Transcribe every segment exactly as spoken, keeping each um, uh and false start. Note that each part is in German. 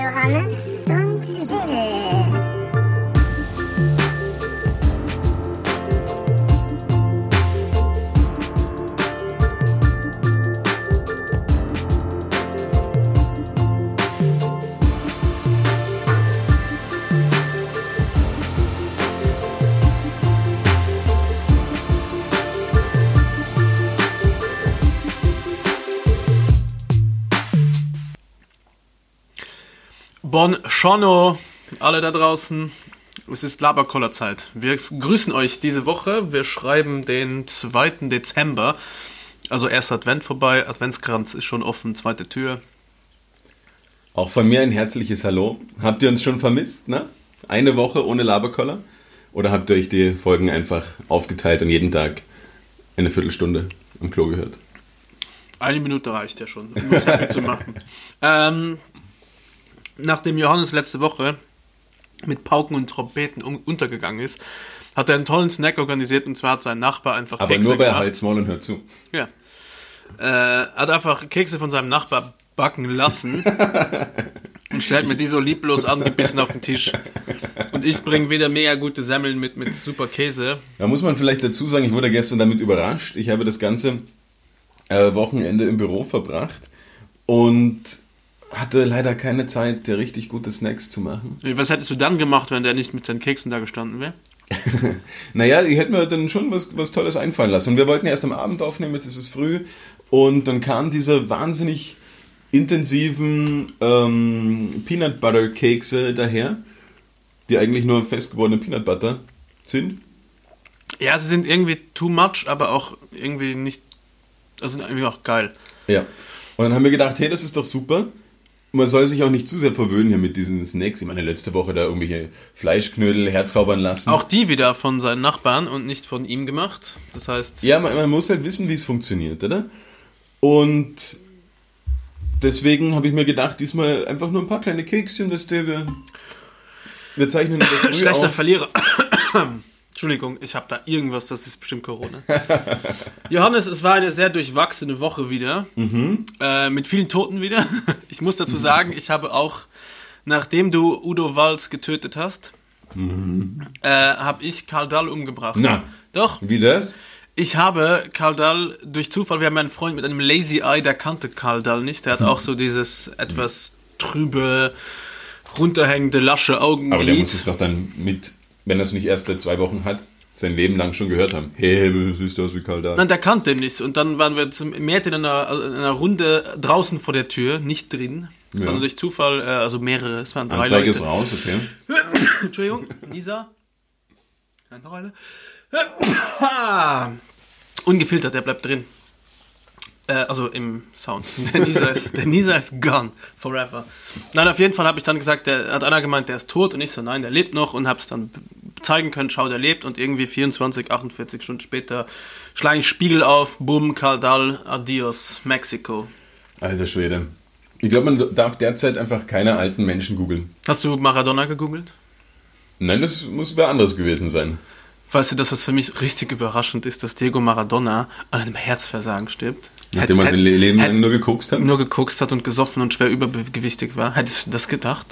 Johannes und Jill. Buongiorno, alle da draußen. Es ist Laberkoller-Zeit. Wir grüßen euch diese Woche. Wir schreiben den zweiten Dezember. Also erster Advent vorbei. Adventskranz ist schon offen, zweite Tür. Auch von mir ein herzliches Hallo. Habt ihr uns schon vermisst, ne? Eine Woche ohne Laberkoller? Oder habt ihr euch die Folgen einfach aufgeteilt und jeden Tag eine Viertelstunde am Klo gehört? Eine Minute reicht ja schon, um das happy zu machen. Ähm... Nachdem Johannes letzte Woche mit Pauken und Trompeten un- untergegangen ist, hat er einen tollen Snack organisiert, und zwar hat sein Nachbar einfach Aber Kekse nur bei gemacht. Hals, Maul und hör zu. Ja. Äh, hat einfach Kekse von seinem Nachbar backen lassen und stellt mir die so lieblos angebissen auf den Tisch. Und ich bringe wieder mega gute Semmeln mit, mit super Käse. Da muss man vielleicht dazu sagen, ich wurde gestern damit überrascht. Ich habe das ganze äh, Wochenende im Büro verbracht und hatte leider keine Zeit, dir richtig gute Snacks zu machen. Was hättest du dann gemacht, wenn der nicht mit seinen Keksen da gestanden wäre? Naja, ich hätte mir dann schon was, was Tolles einfallen lassen. Und wir wollten ja erst am Abend aufnehmen, jetzt ist es früh. Und dann kamen diese wahnsinnig intensiven ähm, Peanut Butter Kekse daher, die eigentlich nur festgewordene Peanut Butter sind. Ja, sie sind irgendwie too much, aber auch irgendwie nicht, also sind irgendwie auch geil. Ja. Und dann haben wir gedacht, hey, das ist doch super. Man soll sich auch nicht zu sehr verwöhnen hier mit diesen Snacks. Ich meine, letzte Woche da irgendwelche Fleischknödel herzaubern lassen. Auch die wieder von seinen Nachbarn und nicht von ihm gemacht. Das heißt... Ja, man, man muss halt wissen, wie es funktioniert, oder? Und deswegen habe ich mir gedacht, diesmal einfach nur ein paar kleine Kekschen, dass der wir, wir zeichnen das früh Schlechter auf. Verlierer. Entschuldigung, ich habe da irgendwas, das ist bestimmt Corona. Johannes, es war eine sehr durchwachsene Woche wieder. Mhm. Äh, mit vielen Toten wieder. Ich muss dazu sagen, ich habe auch, nachdem du Udo Walz getötet hast, Mhm. äh, habe ich Karl Dall umgebracht. Na, Doch. wie das? Ich habe Karl Dall durch Zufall, wir haben einen Freund mit einem Lazy Eye, der kannte Karl Dall nicht. Der hat auch so dieses etwas trübe, runterhängende, lasche Augenlid. Aber der muss es doch dann mit, wenn er es nicht erst seit zwei Wochen hat, sein Leben lang schon gehört haben. Hey, du siehst aus wie Karl Dall. Nein, der kannte ihn nicht. Und dann waren wir zum Märchen in einer, in einer Runde draußen vor der Tür, nicht drin, Ja. sondern durch Zufall, äh, also mehrere, es waren drei Anzeige Leute. ist raus, okay. Entschuldigung, Lisa. Ja, noch eine. Ah. Ungefiltert, der bleibt drin. Äh, also im Sound. Der Nisa ist, der Nisa ist gone. Forever. Nein, auf jeden Fall habe ich dann gesagt, der hat einer gemeint, der ist tot. Und ich so, nein, der lebt noch. Und habe es dann zeigen können, schau, der lebt. Und irgendwie vierundzwanzig, achtundvierzig Stunden später schlage ich Spiegel auf. Boom, Karl Dall, adios, Mexiko. Alter Schwede. Ich glaube, man darf derzeit einfach keine alten Menschen googeln. Hast du Maradona gegoogelt? Nein, das muss wer anderes gewesen sein. Weißt du, dass das für mich richtig überraschend ist, dass Diego Maradona an einem Herzversagen stirbt? Nachdem er sein Leben lang nur gekokst hat? Nur gekokst hat und gesoffen und schwer übergewichtig war. Hättest du das gedacht?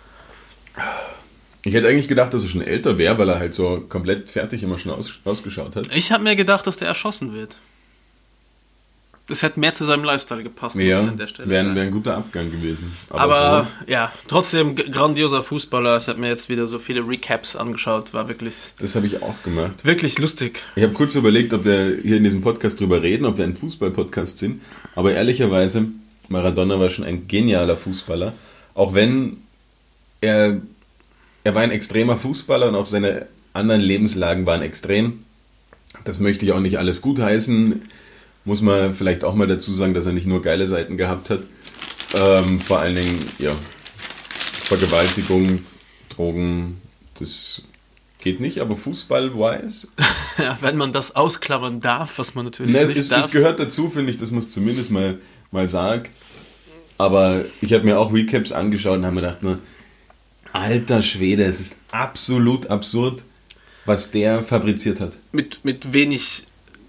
Ich hätte eigentlich gedacht, dass er schon älter wäre, weil er halt so komplett fertig immer schon aus, ausgeschaut hat. Ich habe mir gedacht, dass der erschossen wird. Das hätte mehr zu seinem Lifestyle gepasst. Ja, muss ich an der Stelle wäre sagen. wär ein guter Abgang gewesen. Aber, Aber so, ja, trotzdem g- grandioser Fußballer. Ich habe mir jetzt wieder so viele Recaps angeschaut. War wirklich, das habe ich auch gemacht. wirklich lustig. Ich habe kurz überlegt, ob wir hier in diesem Podcast drüber reden, ob wir ein Fußball-Podcast sind. Aber ehrlicherweise, Maradona war schon ein genialer Fußballer. Auch wenn er, er war ein extremer Fußballer und auch seine anderen Lebenslagen waren extrem. Das möchte ich auch nicht alles gutheißen. Muss man vielleicht auch mal dazu sagen, dass er nicht nur geile Seiten gehabt hat. Ähm, vor allen Dingen, ja, Vergewaltigung, Drogen, das geht nicht, aber Fußball-wise. Ja, wenn man das ausklammern darf, was man natürlich Ne, es, nicht es, darf. es gehört dazu, finde ich, dass man es zumindest mal, mal sagt. Aber ich habe mir auch Recaps angeschaut und habe mir gedacht, nur, alter Schwede, es ist absolut absurd, was der fabriziert hat. mit, mit wenig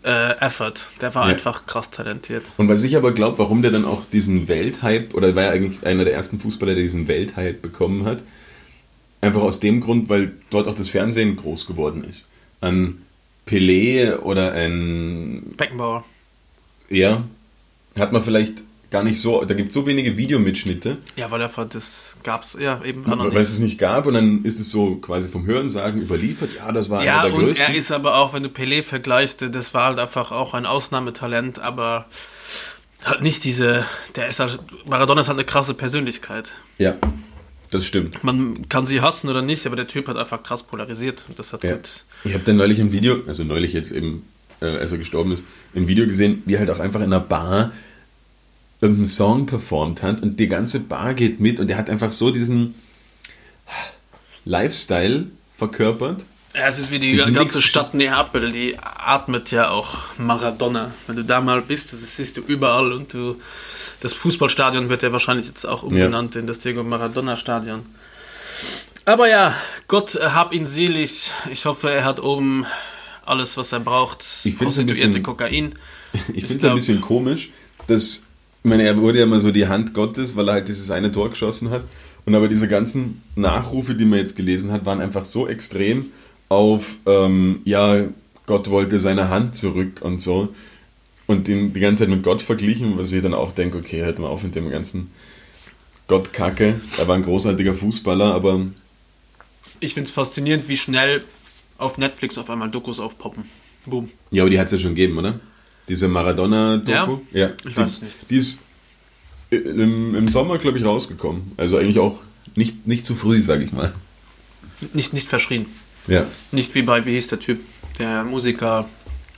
äh, Effort. Der war Ja. einfach krass talentiert. Und was ich aber glaube, warum der dann auch diesen Welthype, oder war ja eigentlich einer der ersten Fußballer, der diesen Welthype bekommen hat, einfach aus dem Grund, weil dort auch das Fernsehen groß geworden ist. An Pelé oder ein, Beckenbauer. ja, hat man vielleicht gar nicht so, da gibt es so wenige Videomitschnitte, Ja, weil einfach das gab's ja eben auch noch weil es nicht. es nicht gab, und dann ist es so quasi vom Hörensagen überliefert, ja, das war Ja, einer der und größten. er ist aber auch, wenn du Pelé vergleichst, das war halt einfach auch ein Ausnahmetalent, aber halt nicht diese, der ist halt, Maradona ist halt eine krasse Persönlichkeit. Ja, das stimmt. Man kann sie hassen oder nicht, aber der Typ hat einfach krass polarisiert und das hat Ja. gut. Ich habe dann neulich ein Video, also neulich jetzt eben, äh, als er gestorben ist, ein Video gesehen, wie er halt auch einfach in einer Bar irgendeinen Song performt hat und die ganze Bar geht mit und er hat einfach so diesen Lifestyle verkörpert. Ja, es ist wie die Sich ganze nichts Stadt Neapel, die atmet ja auch Maradona. Wenn du da mal bist, das siehst du überall und du, das Fußballstadion wird ja wahrscheinlich jetzt auch umbenannt in das Diego Maradona Stadion. Aber ja, Gott äh, hab ihn selig. Ich hoffe, er hat oben alles, was er braucht. Ich find's ein Prostituierte bisschen- Kokain. Ich Ich finde es ein glaub- bisschen komisch, dass, ich meine, er wurde ja mal so die Hand Gottes, weil er halt dieses eine Tor geschossen hat. Und aber diese ganzen Nachrufe, die man jetzt gelesen hat, waren einfach so extrem auf, ähm, ja, Gott wollte seine Hand zurück und so. Und den die ganze Zeit mit Gott verglichen, was ich dann auch denke, okay, hört mal auf mit dem ganzen Gott-Kacke. Er war ein großartiger Fußballer, aber Ich finde es faszinierend, wie schnell auf Netflix auf einmal Dokus aufpoppen. Boom. ja, aber die hat es ja schon gegeben, oder? Diese Maradona-Doku? Ja. Ich die, weiß es nicht. Die ist im, im Sommer, glaube ich, rausgekommen. Also eigentlich auch nicht, nicht zu früh, sage ich mal. Nicht, nicht verschrien. Ja. Nicht wie bei, wie hieß der Typ, der Musiker,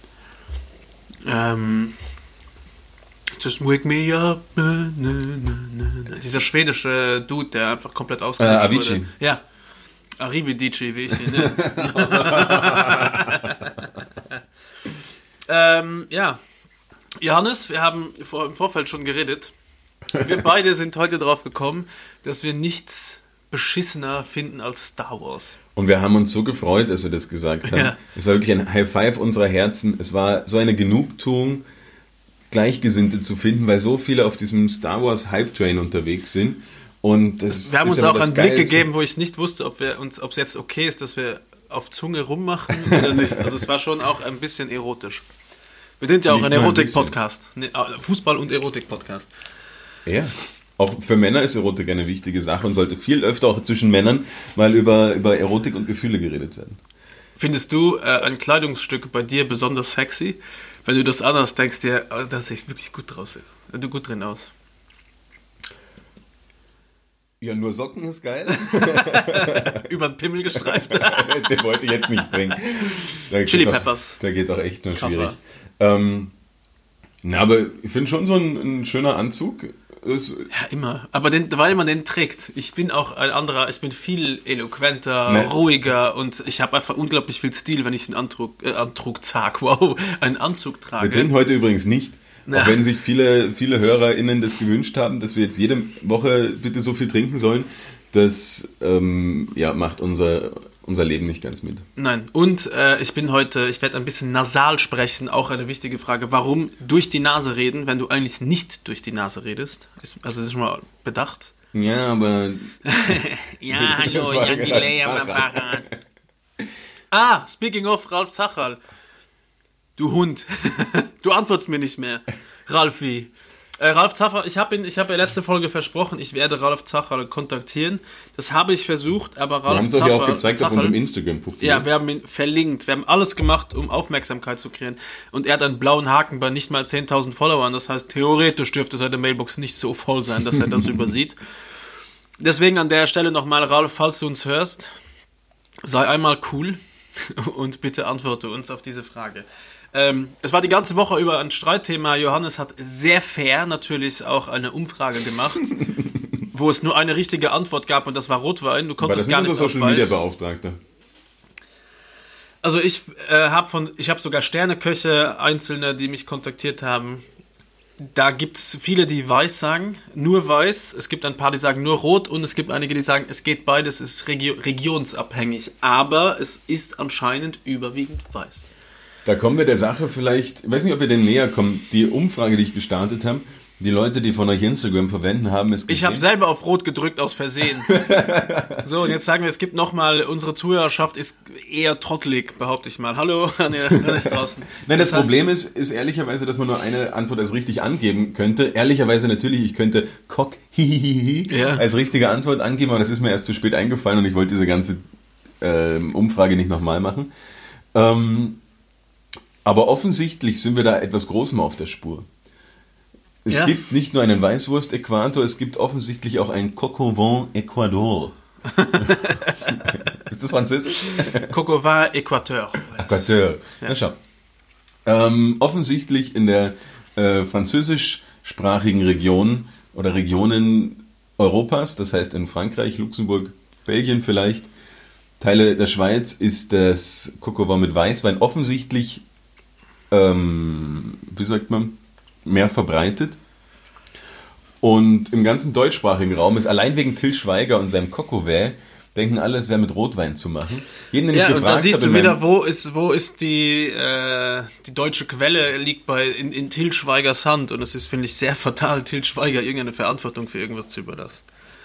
ähm, Just wake me up, na, na, na, na. Dieser schwedische Dude, der einfach komplett ausgerutscht Äh, Avicii. wurde. Ja, Arrivederci, wie ich ihn nenne. ähm, ja, Johannes, wir haben vor, im Vorfeld schon geredet. Wir beide sind heute drauf gekommen, dass wir nichts beschissener finden als Star Wars. Und wir haben uns so gefreut, als wir das gesagt haben. Ja. Es war wirklich ein High Five unserer Herzen. Es war so eine Genugtuung, Gleichgesinnte zu finden, weil so viele auf diesem Star Wars Hype Train unterwegs sind. Und das Wir haben ist uns aber auch das einen Blick Geilste. gegeben, wo ich nicht wusste, ob wir uns, ob es jetzt okay ist, dass wir auf Zunge rummachen oder nicht. Also es war schon auch ein bisschen erotisch. Wir sind ja auch Nicht ein nur ein Erotik-Podcast. Ne, Fußball- und Erotik-Podcast. Ja. Auch für Männer ist Erotik eine wichtige Sache und sollte viel öfter auch zwischen Männern mal über, über Erotik und Gefühle geredet werden. Findest du äh, ein Kleidungsstück bei dir besonders sexy? Wenn du das anhast, denkst du dir, oh, da sehe ich wirklich gut draus. Du gut drin aus. Ja, nur Socken ist geil. Über den Pimmel gestreift. Den wollte ich jetzt nicht bringen. Da Chili geht auch- Peppers. Da geht auch echt nur Kaffer. schwierig. Ähm, na, aber ich finde schon so ein, ein schöner Anzug. Ist, Ja, immer. Aber den, weil man den trägt. Ich bin auch ein anderer, ich bin viel eloquenter, Ne. ruhiger und ich habe einfach unglaublich viel Stil, wenn ich einen Antrug, äh, Antrug sag, wow, einen Anzug wir trage. trinken heute übrigens nicht. Na. Auch wenn sich viele, viele HörerInnen das gewünscht haben, dass wir jetzt jede Woche bitte so viel trinken sollen, das ähm, ja, macht unser, unser Leben nicht ganz mit. Nein, und äh, ich bin heute, ich werde ein bisschen nasal sprechen, auch eine wichtige Frage. Warum durch die Nase reden, wenn du eigentlich nicht durch die Nase redest? Ist, also das ist schon mal bedacht. Ja, aber Ja, hallo, Das war Jan gerade Delay am Zacherl. Apparat. Ah, speaking of Ralf Zacherl. Du Hund. Du antwortest mir nicht mehr. Ralfi. Äh, Ralf Zacherl, ich habe ich hab ja letzte Folge versprochen, ich werde Ralf Zacherl kontaktieren. Das habe ich versucht, aber wir Ralf haben es euch ja auch Zacherl- gezeigt auf Zacherl- unserem Instagram-Profil. Ja, wir haben ihn verlinkt. Wir haben alles gemacht, um Aufmerksamkeit zu kreieren. Und er hat einen blauen Haken bei nicht mal zehntausend Followern. Das heißt, theoretisch dürfte seine Mailbox nicht so voll sein, dass er das übersieht. Deswegen an der Stelle nochmal, Ralf, falls du uns hörst, sei einmal cool und bitte antworte uns auf diese Frage. Ähm, es war die ganze Woche über ein Streitthema. Johannes hat sehr fair natürlich auch eine Umfrage gemacht, wo es nur eine richtige Antwort gab und das war Rotwein. Du War konntest das gar nicht nicht unser auf Social Media Weiß. Beauftragter? Also ich äh, habe von, ich habe sogar Sterneköche, Einzelne, die mich kontaktiert haben. Da gibt es viele, die weiß sagen, nur weiß. Es gibt ein paar, die sagen nur rot und es gibt einige, die sagen, es geht beides, es ist regio- regionsabhängig. Aber es ist anscheinend überwiegend weiß. Da kommen wir der Sache vielleicht, ich weiß nicht, ob wir dem näher kommen, die Umfrage, die ich gestartet habe, die Leute, die von euch Instagram verwenden, haben es gesehen. Ich habe selber auf Rot gedrückt aus Versehen. So, und jetzt sagen wir, es gibt nochmal, unsere Zuhörerschaft ist eher trottelig, behaupte ich mal. Hallo, an der draußen. Nein, das, das heißt, Problem ist, ist ehrlicherweise, dass man nur eine Antwort als richtig angeben könnte. Ehrlicherweise natürlich, ich könnte Cock hihihihi Ja. als richtige Antwort angeben, aber das ist mir erst zu spät eingefallen und ich wollte diese ganze ähm, Umfrage nicht nochmal machen. Ähm, aber offensichtlich sind wir da etwas Großem auf der Spur. Es Ja. gibt nicht nur einen Weißwurst-Äquator, es gibt offensichtlich auch einen Coq au vin Ecuador. Ist das Französisch? Coq au vin Équateur. Äquateur. Ja. Na schau. Ähm, offensichtlich in der äh, französischsprachigen Region oder Regionen Europas, das heißt in Frankreich, Luxemburg, Belgien vielleicht, Teile der Schweiz, ist das Coq au vin mit Weißwein offensichtlich, ähm, wie sagt man, mehr verbreitet. Und im ganzen deutschsprachigen Raum ist allein wegen Till Schweiger und seinem Coq au vin denken alle, es wäre mit Rotwein zu machen. Jeden, den ich Ja, und gefragt da siehst habe du in wieder, meinem- wo ist, wo ist die, äh, die deutsche Quelle liegt bei, in, in Til Schweigers Hand. Und es ist, finde ich, sehr fatal, Til Schweiger irgendeine Verantwortung für irgendwas zu überlassen.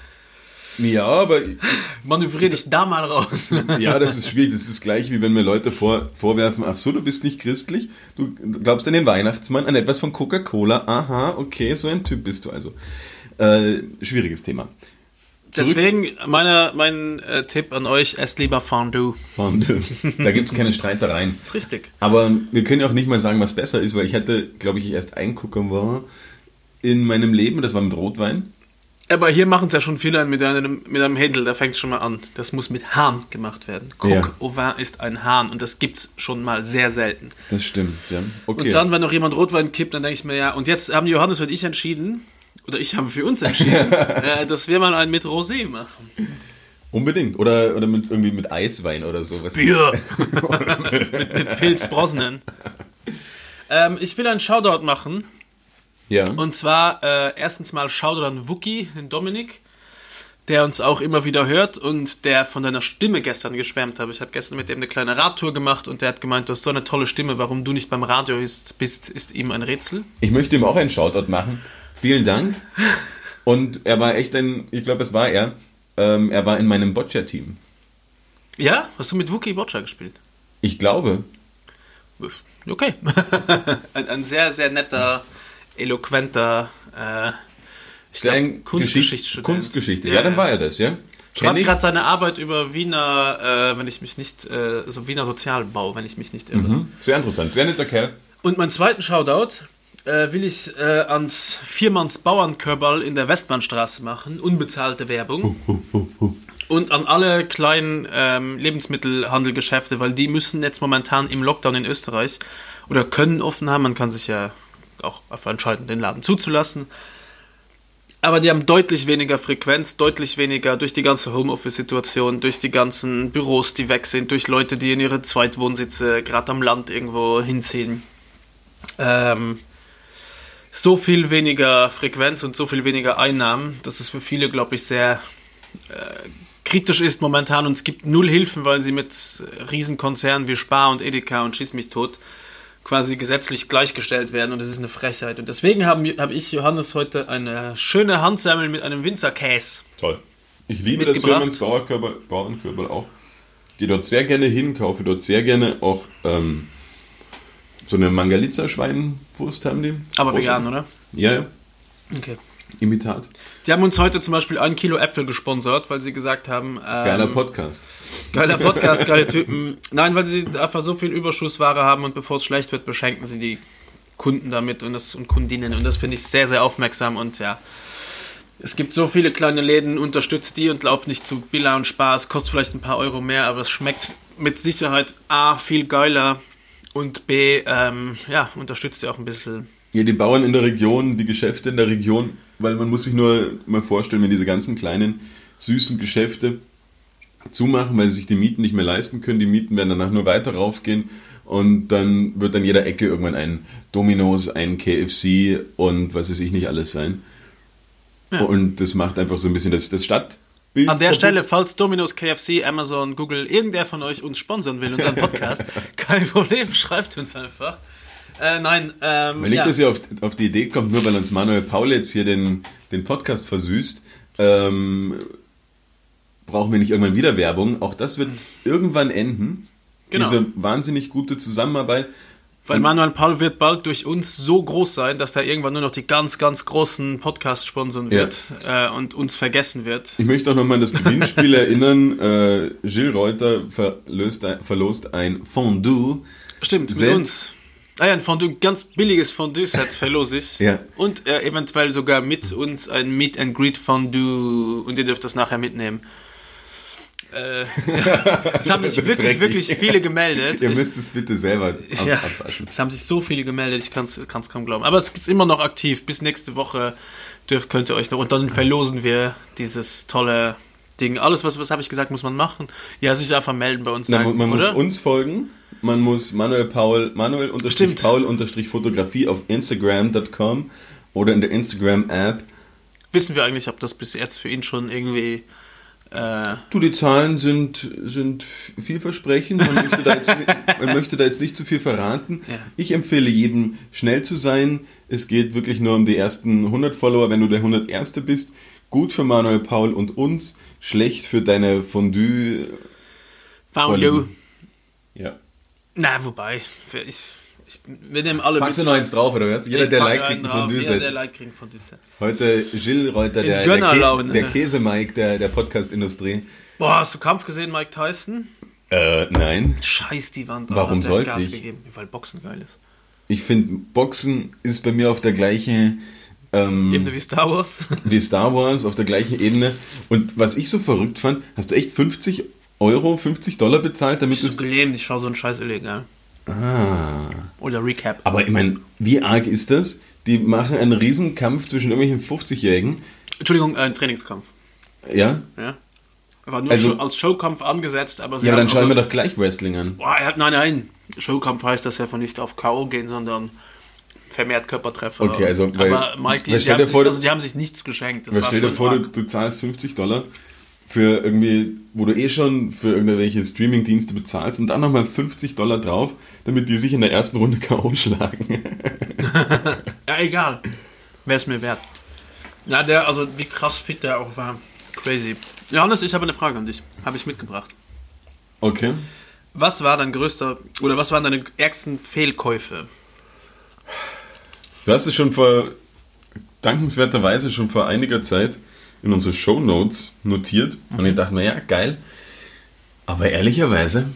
Ja, aber Manövrier dich da mal raus. ja, das ist schwierig. Das ist gleich, wie wenn mir Leute vor, vorwerfen, ach so, du bist nicht christlich, du glaubst an den Weihnachtsmann, an etwas von Coca-Cola. Aha, okay, so ein Typ bist du also. Äh, schwieriges Thema. Zurück Deswegen meine, mein äh, Tipp an euch, esst lieber Fondue. Fondue. Da gibt es keine Streitereien. Ist richtig. Aber wir können ja auch nicht mal sagen, was besser ist, weil ich hatte, glaube ich, erst ein Coq au vin in meinem Leben, das war mit Rotwein. Aber hier machen es ja schon viele mit einem, mit einem Händel, da fängt es schon mal an. Das muss mit Hahn gemacht werden. Coq Ja. au vin ist ein Hahn und das gibt's schon mal sehr selten. Das stimmt, ja. Okay. Und dann, wenn noch jemand Rotwein kippt, dann denke ich mir, ja, und jetzt haben Johannes und ich entschieden, oder ich habe für uns entschieden, äh, dass wir mal einen mit Rosé machen. Unbedingt. Oder, oder mit, irgendwie mit Eiswein oder sowas. Bier! mit, mit Pilz Brosnan. Ähm, ich will einen Shoutout machen. Ja. Und zwar äh, erstens mal Shoutout an Wookie, den Dominik, der uns auch immer wieder hört und der von deiner Stimme gestern geschwärmt hat. Ich habe gestern mit dem eine kleine Radtour gemacht und der hat gemeint, du hast so eine tolle Stimme, warum du nicht beim Radio ist, bist, ist ihm ein Rätsel. Ich möchte ihm auch einen Shoutout machen. Vielen Dank. Und er war echt ein, ich glaube, es war er, ähm, er war in meinem Boccia-Team. Ja? Hast du mit Wookie Boccia gespielt? Ich glaube. Okay. ein, ein sehr, sehr netter, eloquenter äh, ich glaub, Ein Kunstgeschichtsstudent. Kunstgeschichte, ja, dann war er das, ja. Schreibt Kenn ich. gerade seine Arbeit über Wiener, äh, wenn ich mich nicht, äh, so Wiener Sozialbau, wenn ich mich nicht irre. Mhm. Sehr interessant, sehr netter Kerl. Und meinen zweiten Shoutout äh, will ich äh, ans Viermanns Bauernkörperl in der Westbahnstraße machen. Unbezahlte Werbung. Und an alle kleinen ähm, Lebensmittelhandelgeschäfte, weil die müssen jetzt momentan im Lockdown in Österreich oder können offen haben. Man kann sich ja auch einfach entscheiden, den Laden zuzulassen. Aber die haben deutlich weniger Frequenz, deutlich weniger durch die ganze Homeoffice-Situation, durch die ganzen Büros, die weg sind, durch Leute, die in ihre Zweitwohnsitze gerade am Land irgendwo hinziehen. Ähm, so viel weniger Frequenz und so viel weniger Einnahmen, dass es für viele, glaube ich, sehr äh, kritisch ist momentan. Und es gibt null Hilfen, weil sie mit Riesenkonzernen wie Spar und Edeka und Schieß mich tot quasi gesetzlich gleichgestellt werden und das ist eine Frechheit. Und deswegen habe hab ich Johannes heute eine schöne Handsemmel mit einem Winzerkäse. Toll. Ich liebe das Mitgebracht. Firmens Bauernkörper, Bauernkörper auch. Gehe dort sehr gerne hin, kaufe dort sehr gerne auch ähm, so eine Mangalitza-Schweinwurst haben die. Aber Große. vegan, oder? Ja, ja. Okay. Imitat. Die haben uns heute zum Beispiel ein Kilo Äpfel gesponsert, weil sie gesagt haben... Ähm, Geiler Podcast. Geiler Podcast, geile Typen. Nein, weil sie einfach so viel Überschussware haben und bevor es schlecht wird, beschenken sie die Kunden damit und, das, und Kundinnen. Und das finde ich sehr, sehr aufmerksam. Und ja, es gibt so viele kleine Läden, unterstützt die und lauft nicht zu Billa und Spaß. Kostet vielleicht ein paar Euro mehr, aber es schmeckt mit Sicherheit A, viel geiler und B, ähm, ja, unterstützt ihr auch ein bisschen. Ja, die Bauern in der Region, die Geschäfte in der Region, weil man muss sich nur mal vorstellen, wenn diese ganzen kleinen, süßen Geschäfte zumachen, weil sie sich die Mieten nicht mehr leisten können, die Mieten werden danach nur weiter raufgehen und dann wird an jeder Ecke irgendwann ein Domino's, ein K F C und was weiß ich nicht alles sein. Ja. Und das macht einfach so ein bisschen das, das Stadt, Bild An der kaputt. Stelle, falls Domino's, K F C, Amazon, Google, irgendwer von euch uns sponsern will, unseren Podcast, kein Problem, schreibt uns einfach. Äh, nein, ähm, Weil nicht, ja. dass ihr auf, auf die Idee kommt, nur weil uns Manuel Paul jetzt hier den, den Podcast versüßt, ähm, brauchen wir nicht irgendwann wieder Werbung. Auch das wird irgendwann enden. Genau. Diese wahnsinnig gute Zusammenarbeit. Weil Manuel Paul wird bald durch uns so groß sein, dass er irgendwann nur noch die ganz, ganz großen Podcasts sponsern wird ja. äh, und uns vergessen wird. Ich möchte auch nochmal an das Gewinnspiel erinnern. Äh, Gilles Reuter verlost ein, verlost ein Fondue. Stimmt, mit Set. uns. Ah ja, ein Fondue, ganz billiges Fondue-Set verlose ich. Ja. Und äh, eventuell sogar mit uns ein Meet and Greet Fondue und ihr dürft das nachher mitnehmen. Äh, ja. Es haben sich wirklich, Dreckig. wirklich viele gemeldet. Ihr Ich- müsst es bitte selber ab Ja, abwaschen. es haben sich so viele gemeldet, ich kann es kaum glauben. Aber es ist immer noch aktiv. Bis nächste Woche dürft, könnt ihr euch noch. Und dann verlosen wir dieses tolle Ding. Alles, was, was habe ich gesagt, muss man machen? Ja, sich einfach melden bei uns. Na, Sagen, man oder? muss uns folgen. Man muss Manuel Paul, Manuel unterstrich Stimmt. Paul unterstrich Fotografie auf Instagram Punkt com oder in der Instagram-App. Wissen wir eigentlich, ob das bis jetzt für ihn schon irgendwie. Äh, Du, die Zahlen sind, sind vielversprechend. Man möchte, da jetzt, ni- man möchte da jetzt nicht zu viel verraten. Ja. Ich empfehle jedem, schnell zu sein. Es geht wirklich nur um die ersten hundert Follower, wenn du der hunderterste bist. Gut für Manuel Paul und uns, schlecht für deine Fondue. Found Vorlieben. you. Ja. Na, wobei. für- Ich, ich, wir nehmen alle Packst du mit. noch eins drauf, oder was? Jeder, Ich der pack Like einen kriegt ein drauf. Jeder, der Fondue-Set. Like kriegt ein Fondue-Set. Heute Gilles Reuter, In der, der, Gönnerlaune. Kä der Käse-Mike der, der Podcast-Industrie. Boah, hast du Kampf gesehen, Mike Tyson? Äh, nein. Scheiß die Wand. Warum hat der sollte Gas ich? Gegeben, weil Boxen geil ist. Ich finde, Boxen ist bei mir auf der gleichen ähm, Ebene wie Star Wars. wie Star Wars, auf der gleichen Ebene. Und was ich so verrückt fand, hast du echt fünfzig Euro, fünfzig Dollar bezahlt, damit du Ich es... bin gelähmt, ich schaue so einen Scheiß illegal. Ah. Oder Recap. Aber ich meine, wie arg ist das? Die machen einen Riesenkampf zwischen irgendwelchen fünfzigjährigen. Entschuldigung, äh, ein Trainingskampf. Ja? Ja. War nur Also- Show, als Showkampf angesetzt, aber sie Ja, aber dann haben schauen also, wir doch gleich Wrestling an. Boah, er hat, nein, nein. Showkampf heißt, dass er von nicht auf K O gehen, sondern vermehrt Körpertreffer. Okay, also, weil- aber Mike, weil die, stell haben dir sich, vor, also die haben sich nichts geschenkt. Das Weil war stell dir schon vor, du, arg. du zahlst fünfzig Dollar für irgendwie, wo du eh schon für irgendwelche Streaming-Dienste bezahlst und dann nochmal fünfzig Dollar drauf, damit die sich in der ersten Runde K O schlagen. Ja, egal. Wäre es mir wert. Na, der, also wie krass fit der auch war. Crazy. Johannes, ich habe eine Frage an dich. Habe ich mitgebracht. Okay. Was war dein größter, oder was waren deine ärgsten Fehlkäufe? Du hast es schon vor, dankenswerterweise schon vor einiger Zeit in unsere Shownotes notiert und ich dachte mir, ja, geil. Aber ehrlicherweise,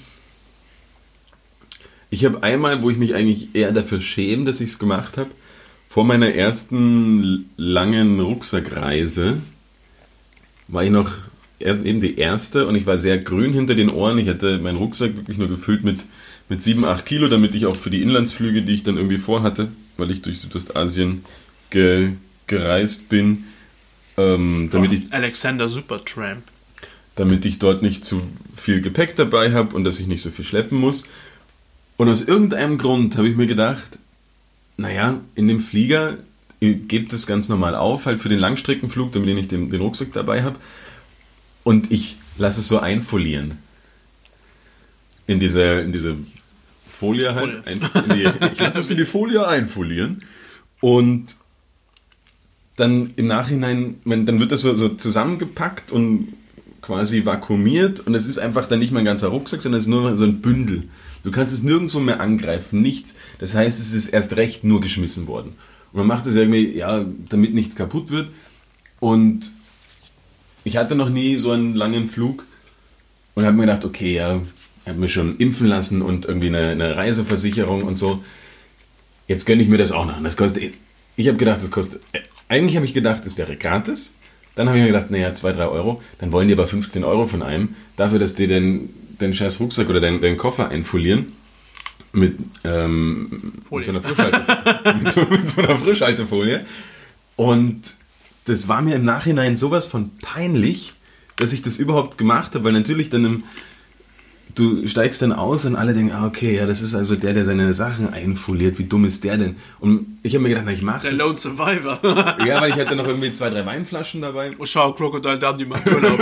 ich habe einmal, wo ich mich eigentlich eher dafür schäme, dass ich es gemacht habe, vor meiner ersten langen Rucksackreise war ich noch erst eben die erste und ich war sehr grün hinter den Ohren. Ich hatte meinen Rucksack wirklich nur gefüllt mit, mit sieben, acht Kilo, damit ich auch für die Inlandsflüge, die ich dann irgendwie vorhatte, weil ich durch Südostasien ge, gereist bin, ähm, damit, ich, Alexander Supertramp. damit ich dort nicht zu viel Gepäck dabei habe und dass ich nicht so viel schleppen muss. Und aus irgendeinem Grund habe ich mir gedacht, naja, in dem Flieger gebt es ganz normal auf, halt für den Langstreckenflug, damit ich nicht den, den Rucksack dabei habe. Und ich lasse es so einfolieren. In diese, in diese Folie halt. Ein, in die, ich lasse es in die Folie einfolieren. Und dann im Nachhinein, wenn, dann wird das so, so zusammengepackt und quasi vakuumiert. Und es ist einfach dann nicht mehr ein ganzer Rucksack, sondern es ist nur so ein Bündel. Du kannst es nirgendwo mehr angreifen, nichts. Das heißt, es ist erst recht nur geschmissen worden. Und man macht es irgendwie, ja, damit nichts kaputt wird. Und ich hatte noch nie so einen langen Flug und habe mir gedacht, okay, ja, ich habe mich schon impfen lassen und irgendwie eine, eine Reiseversicherung und so. Jetzt gönne ich mir das auch noch. Das kostet, ich habe gedacht, das kostet, eigentlich habe ich gedacht, es wäre gratis. Dann habe ich mir gedacht, naja, zwei, drei Euro. Dann wollen die aber fünfzehn Euro von einem, dafür, dass die den, den scheiß Rucksack oder den, den Koffer einfolieren. Mit, ähm, mit, so einer Frischhalte, mit, so, mit so einer Frischhaltefolie. Und das war mir im Nachhinein sowas von peinlich, dass ich das überhaupt gemacht habe, weil natürlich dann im, du steigst dann aus und alle denken, ah, okay, ja, das ist also der, der seine Sachen einfoliert. Wie dumm ist der denn? Und ich habe mir gedacht, na, ich mach Der das. Lone Survivor. Ja, weil ich hatte noch irgendwie zwei, drei Weinflaschen dabei. Oh, schau, Crocodile Dundee macht Urlaub.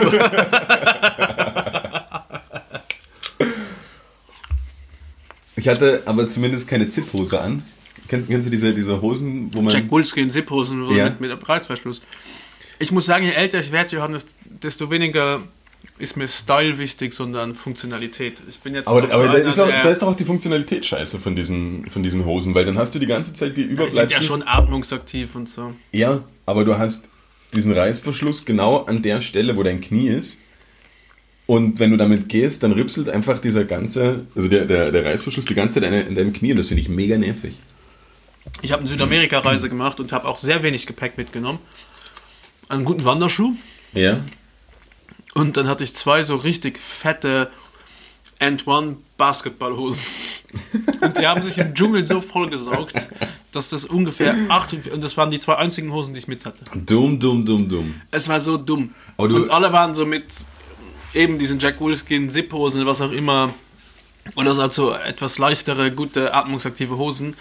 Ich hatte aber zumindest keine Zipphose an. Kennst, kennst du diese, diese Hosen, wo man... Jack Wolfskin, Zipphosen Ja. mit, mit einem Reißverschluss. Ich muss sagen, je älter ich werde, Johannes, desto weniger ist mir Style wichtig, sondern Funktionalität. Ich bin jetzt Aber, auch so aber da, einer, ist auch, der- da ist doch auch die Funktionalität scheiße von diesen, von diesen Hosen, weil dann hast du die ganze Zeit die die sind Überbleibsel. ja schon atmungsaktiv und so. Ja, aber du hast diesen Reißverschluss genau an der Stelle, wo dein Knie ist. Und wenn du damit gehst, dann ripselt einfach dieser ganze, also der, der, der Reißverschluss die ganze Zeit in deinem Knie. Und das finde ich mega nervig. Ich habe eine Südamerika-Reise gemacht und habe auch sehr wenig Gepäck mitgenommen. Einen guten Wanderschuh. Ja. Und dann hatte ich zwei so richtig fette And One Basketballhosen. Und die haben sich im Dschungel so vollgesaugt, dass das ungefähr achtundvierzig, und das waren die zwei einzigen Hosen, die ich mit hatte. Dumm, dumm, dumm, dumm. Es war so dumm. Aber du- Und alle waren so mit eben diesen Jack Wolfskin, Zip-Hosen, was auch immer. Oder so, halt so etwas leichtere, gute, atmungsaktive Hosen.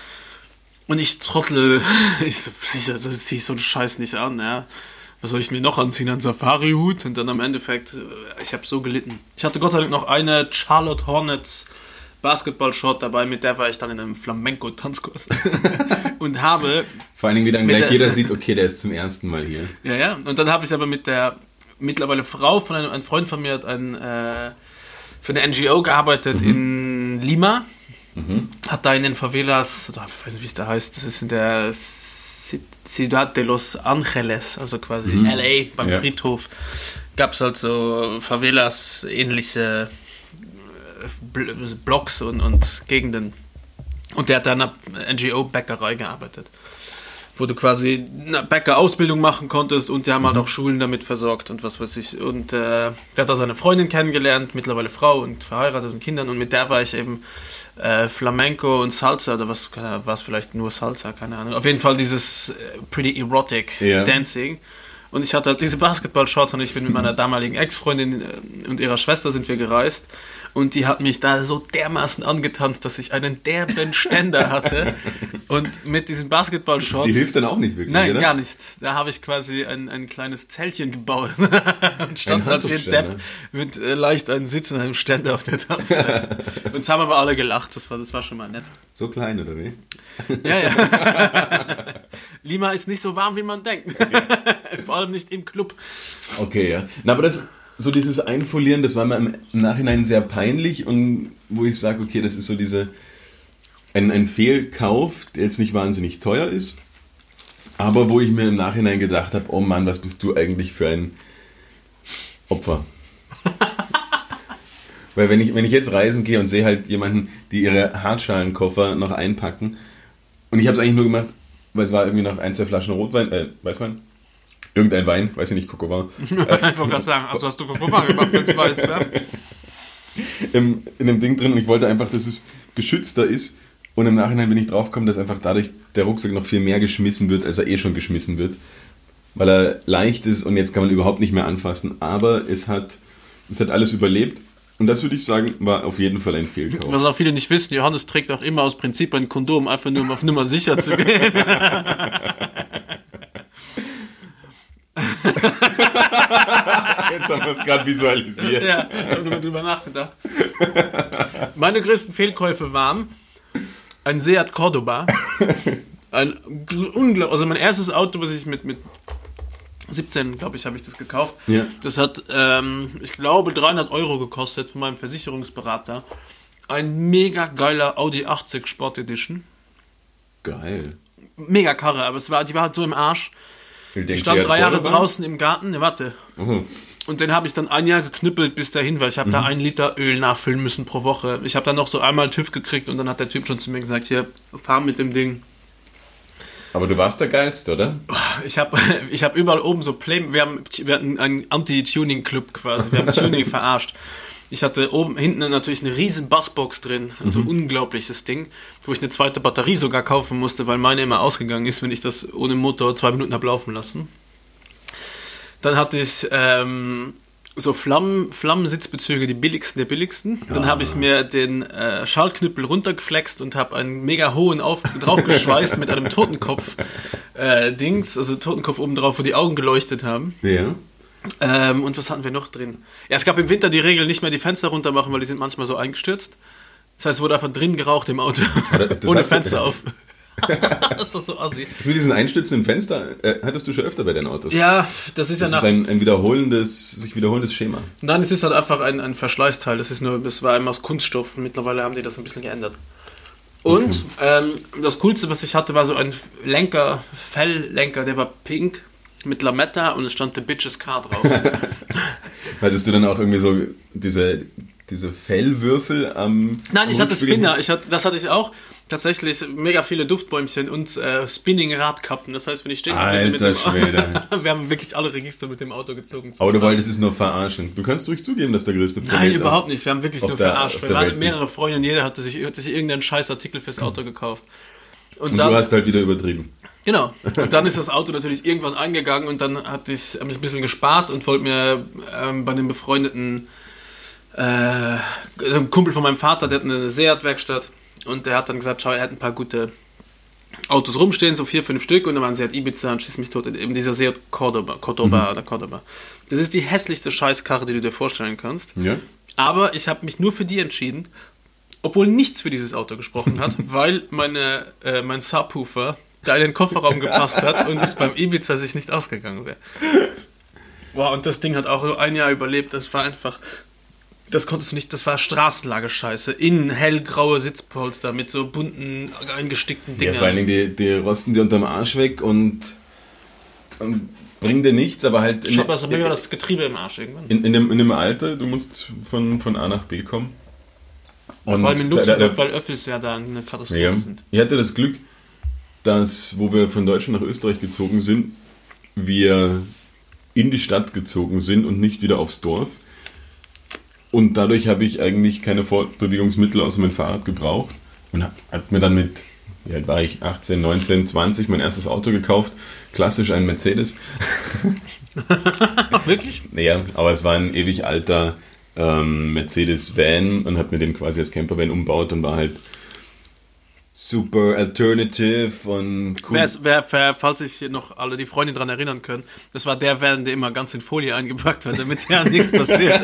Und ich trottel, ich so, sicher, so zieh ich so einen Scheiß nicht an, ja. Was soll ich mir noch anziehen? Ein Safari-Hut? Und dann am Endeffekt, ich habe so gelitten. Ich hatte Gott sei Dank noch eine Charlotte Hornets Basketball-Short dabei, mit der war ich dann in einem Flamenco-Tanzkurs. Und habe, Vor allen Dingen, wie dann Mit gleich der- jeder sieht, okay, der ist zum ersten Mal hier. ja, ja, und dann habe ich aber mit der mittlerweile Frau von einem, ein Freund von mir hat ein, äh, für eine N G O gearbeitet in Lima. Hat da in den Favelas, oder ich weiß nicht, wie es da heißt, das ist in der Ci- Ciudad de los Angeles, also quasi in L A beim Ja. Friedhof, gab es halt so Favelas, ähnliche äh, Bl- Blocks und, und Gegenden. Und der hat da in einer N G O-Bäckerei gearbeitet, wo du quasi eine Bäckerausbildung machen konntest und die haben halt auch Schulen damit versorgt und was weiß ich. Und äh, der hat da seine Freundin kennengelernt, mittlerweile Frau und verheiratet und Kindern, und mit der war ich eben äh, Flamenco und Salsa, oder was war es vielleicht nur Salsa, keine Ahnung. Auf jeden Fall dieses äh, pretty erotic Ja. Dancing. Und ich hatte halt diese Basketball-Shorts und ich bin mit meiner damaligen Ex-Freundin äh, und ihrer Schwester sind wir gereist. Und die hat mich da so dermaßen angetanzt, dass ich einen derben Ständer hatte. Und mit diesen Basketball-Shorts... Die hilft dann auch nicht wirklich, Nein, oder? gar nicht. Da habe ich quasi ein, ein kleines Zeltchen gebaut und stand Ein halt wie ein Handtuchständer. Depp mit äh, leicht einem Sitz und einem Ständer auf der Tanzfläche. Und es haben aber alle gelacht, das war, das war schon mal nett. So klein, oder wie? Ja, ja. Lima ist nicht so warm, wie man denkt. Vor allem nicht im Club. Okay, ja. Na, aber das, so dieses Einfolieren, das war mir im Nachhinein sehr peinlich, und wo ich sage, okay, das ist so diese, ein, ein Fehlkauf, der jetzt nicht wahnsinnig teuer ist, aber wo ich mir im Nachhinein gedacht habe, oh Mann, was bist du eigentlich für ein Opfer? Weil wenn ich, wenn ich jetzt reisen gehe und sehe halt jemanden, die ihre Hartschalenkoffer noch einpacken, und ich habe es eigentlich nur gemacht, weil es war irgendwie noch ein, zwei Flaschen Rotwein, äh, Weißwein, irgendein Wein, weiß ich nicht, Coco Ich wollte gerade sagen, also hast du Kokova gemacht, wenn es weiß, ja? im, in dem Ding drin, und ich wollte einfach, dass es geschützter ist, und im Nachhinein bin ich draufgekommen, dass einfach dadurch der Rucksack noch viel mehr geschmissen wird, als er eh schon geschmissen wird, weil er leicht ist und jetzt kann man überhaupt nicht mehr anfassen, aber es hat, es hat alles überlebt, und das würde ich sagen, war auf jeden Fall ein Fehlkauf. Was auch viele nicht wissen, Johannes trägt auch immer aus Prinzip ein Kondom, einfach nur um auf Nummer sicher zu gehen. Jetzt haben wir es gerade visualisiert. Ja, ich habe nur drüber nachgedacht. Meine größten Fehlkäufe waren ein Seat Cordoba. Ein unglaublich, also mein erstes Auto, was ich mit, mit siebzehn, glaube ich, habe ich das gekauft. Ja. Das hat, ähm, ich glaube, dreihundert Euro gekostet von meinem Versicherungsberater. Ein mega geiler Audi achtzig Sport Edition. Geil. Mega Karre, aber es war, die war halt so im Arsch. Ich Ich denk, stand Seat drei Jahre Cordoba? draußen im Garten, ne, warte. Oh. Und den habe ich dann ein Jahr geknüppelt bis dahin, weil ich habe da einen Liter Öl nachfüllen müssen pro Woche. Ich habe dann noch so einmal TÜV gekriegt und dann hat der Typ schon zu mir gesagt, hier, fahr mit dem Ding. Aber du warst der Geilste, oder? Ich habe ich hab überall oben so Play, wir, haben, wir hatten einen Anti-Tuning-Club quasi, wir haben Tuning verarscht. Ich hatte oben, hinten natürlich eine riesen Bassbox drin, also mhm. unglaubliches Ding, wo ich eine zweite Batterie sogar kaufen musste, weil meine immer ausgegangen ist, wenn ich das ohne Motor zwei Minuten habe laufen lassen. Dann hatte ich ähm, so Flammen, Flammensitzbezüge, die billigsten der billigsten. Dann Ah. habe ich mir den äh, Schaltknüppel runtergeflext und habe einen mega hohen auf, draufgeschweißt mit einem Totenkopf äh, Dings, also Totenkopf oben drauf, wo die Augen geleuchtet haben. Ja. Ähm, und was hatten wir noch drin? Ja, es gab im Winter die Regel, nicht mehr die Fenster runter machen, weil die sind manchmal so eingestürzt. Das heißt, es wurde einfach drin geraucht im Auto, das ohne hast du- Fenster auf. Das ist doch so assi. Das mit diesen einstürzenden Fenster äh, hattest du schon öfter bei deinen Autos. Ja, das ist ja Das nach... ist ein, ein wiederholendes, sich wiederholendes Schema. Nein, es ist halt einfach ein, ein Verschleißteil. Das ist nur, das war einmal aus Kunststoff. Mittlerweile haben die das ein bisschen geändert. Und ähm, das Coolste, was ich hatte, war so ein Lenker, Felllenker, der war pink mit Lametta und es stand The Bitches Car drauf. Hattest du dann auch irgendwie so diese, diese Fellwürfel am Nein, ich am hatte Rückspiegel? Spinner. Ich hatte, das hatte ich auch. Tatsächlich mega viele Duftbäumchen und äh, Spinning-Radkappen. Das heißt, wenn ich stehen bin mit Alter dem Schwede. wir haben wirklich alle Register mit dem Auto gezogen. zum Aber du Spaß. wolltest es nur verarschen. Du kannst ruhig zugeben, dass der größte Nein, Planet überhaupt auf- nicht. Wir haben wirklich auf nur der- verarscht. auf Wir der waren Welt mehrere bist. Freunde und jeder hatte sich, hat sich irgendeinen scheiß Artikel fürs Auto gekauft. Und, Und dann, du hast halt wieder übertrieben. genau. Und dann ist das Auto natürlich irgendwann eingegangen und dann hatte ich, hab ich ein bisschen gespart und wollte mir ähm, bei einem befreundeten äh, einem Kumpel von meinem Vater, der hat eine Seat-Werkstatt und der hat dann gesagt, schau, er hat ein paar gute Autos rumstehen, so vier, fünf Stück und dann waren Seat Ibiza und schieß mich tot, eben dieser Seat Cordoba, Cordoba oder Cordoba. Das ist die hässlichste Scheißkarre, die du dir vorstellen kannst. Ja? Aber ich habe mich nur für die entschieden, obwohl nichts für dieses Auto gesprochen hat, weil meine, äh, mein Subwoofer da in den Kofferraum gepasst hat und es beim Ibiza sich nicht ausgegangen wäre. Wow, und das Ding hat auch nur ein Jahr überlebt. Das war einfach, das konntest du nicht, das war Straßenlagescheiße. Innen hellgraue Sitzpolster mit so bunten, eingestickten Ja, Dingern. vor allen Dingen, die, die rosten dir unterm Arsch weg und, und bringen dir nichts, aber halt Ich habe also in, mega das Getriebe im Arsch irgendwann. in, in, dem, in dem Alter, du musst von, von A nach B kommen. Und Vor allem in da- da- Luxemburg, da- weil Öffis ja da eine Katastrophe Ja. sind. Ich hatte das Glück, dass, wo wir von Deutschland nach Österreich gezogen sind, wir in die Stadt gezogen sind und nicht wieder aufs Dorf. Und dadurch habe ich eigentlich keine Fortbewegungsmittel außer mein Fahrrad gebraucht und habe hab mir dann mit, wie alt war ich, achtzehn, neunzehn, zwanzig mein erstes Auto gekauft. Klassisch ein Mercedes. Ach, wirklich? Naja, aber es war ein ewig alter ähm, Mercedes-Van und hat mir den quasi als Campervan umbaut und war halt super alternative und cool. Wer, wer, wer, falls sich hier noch alle die Freunde dran erinnern können, das war der Van, der immer ganz in Folie eingepackt wird, damit ja nichts passiert.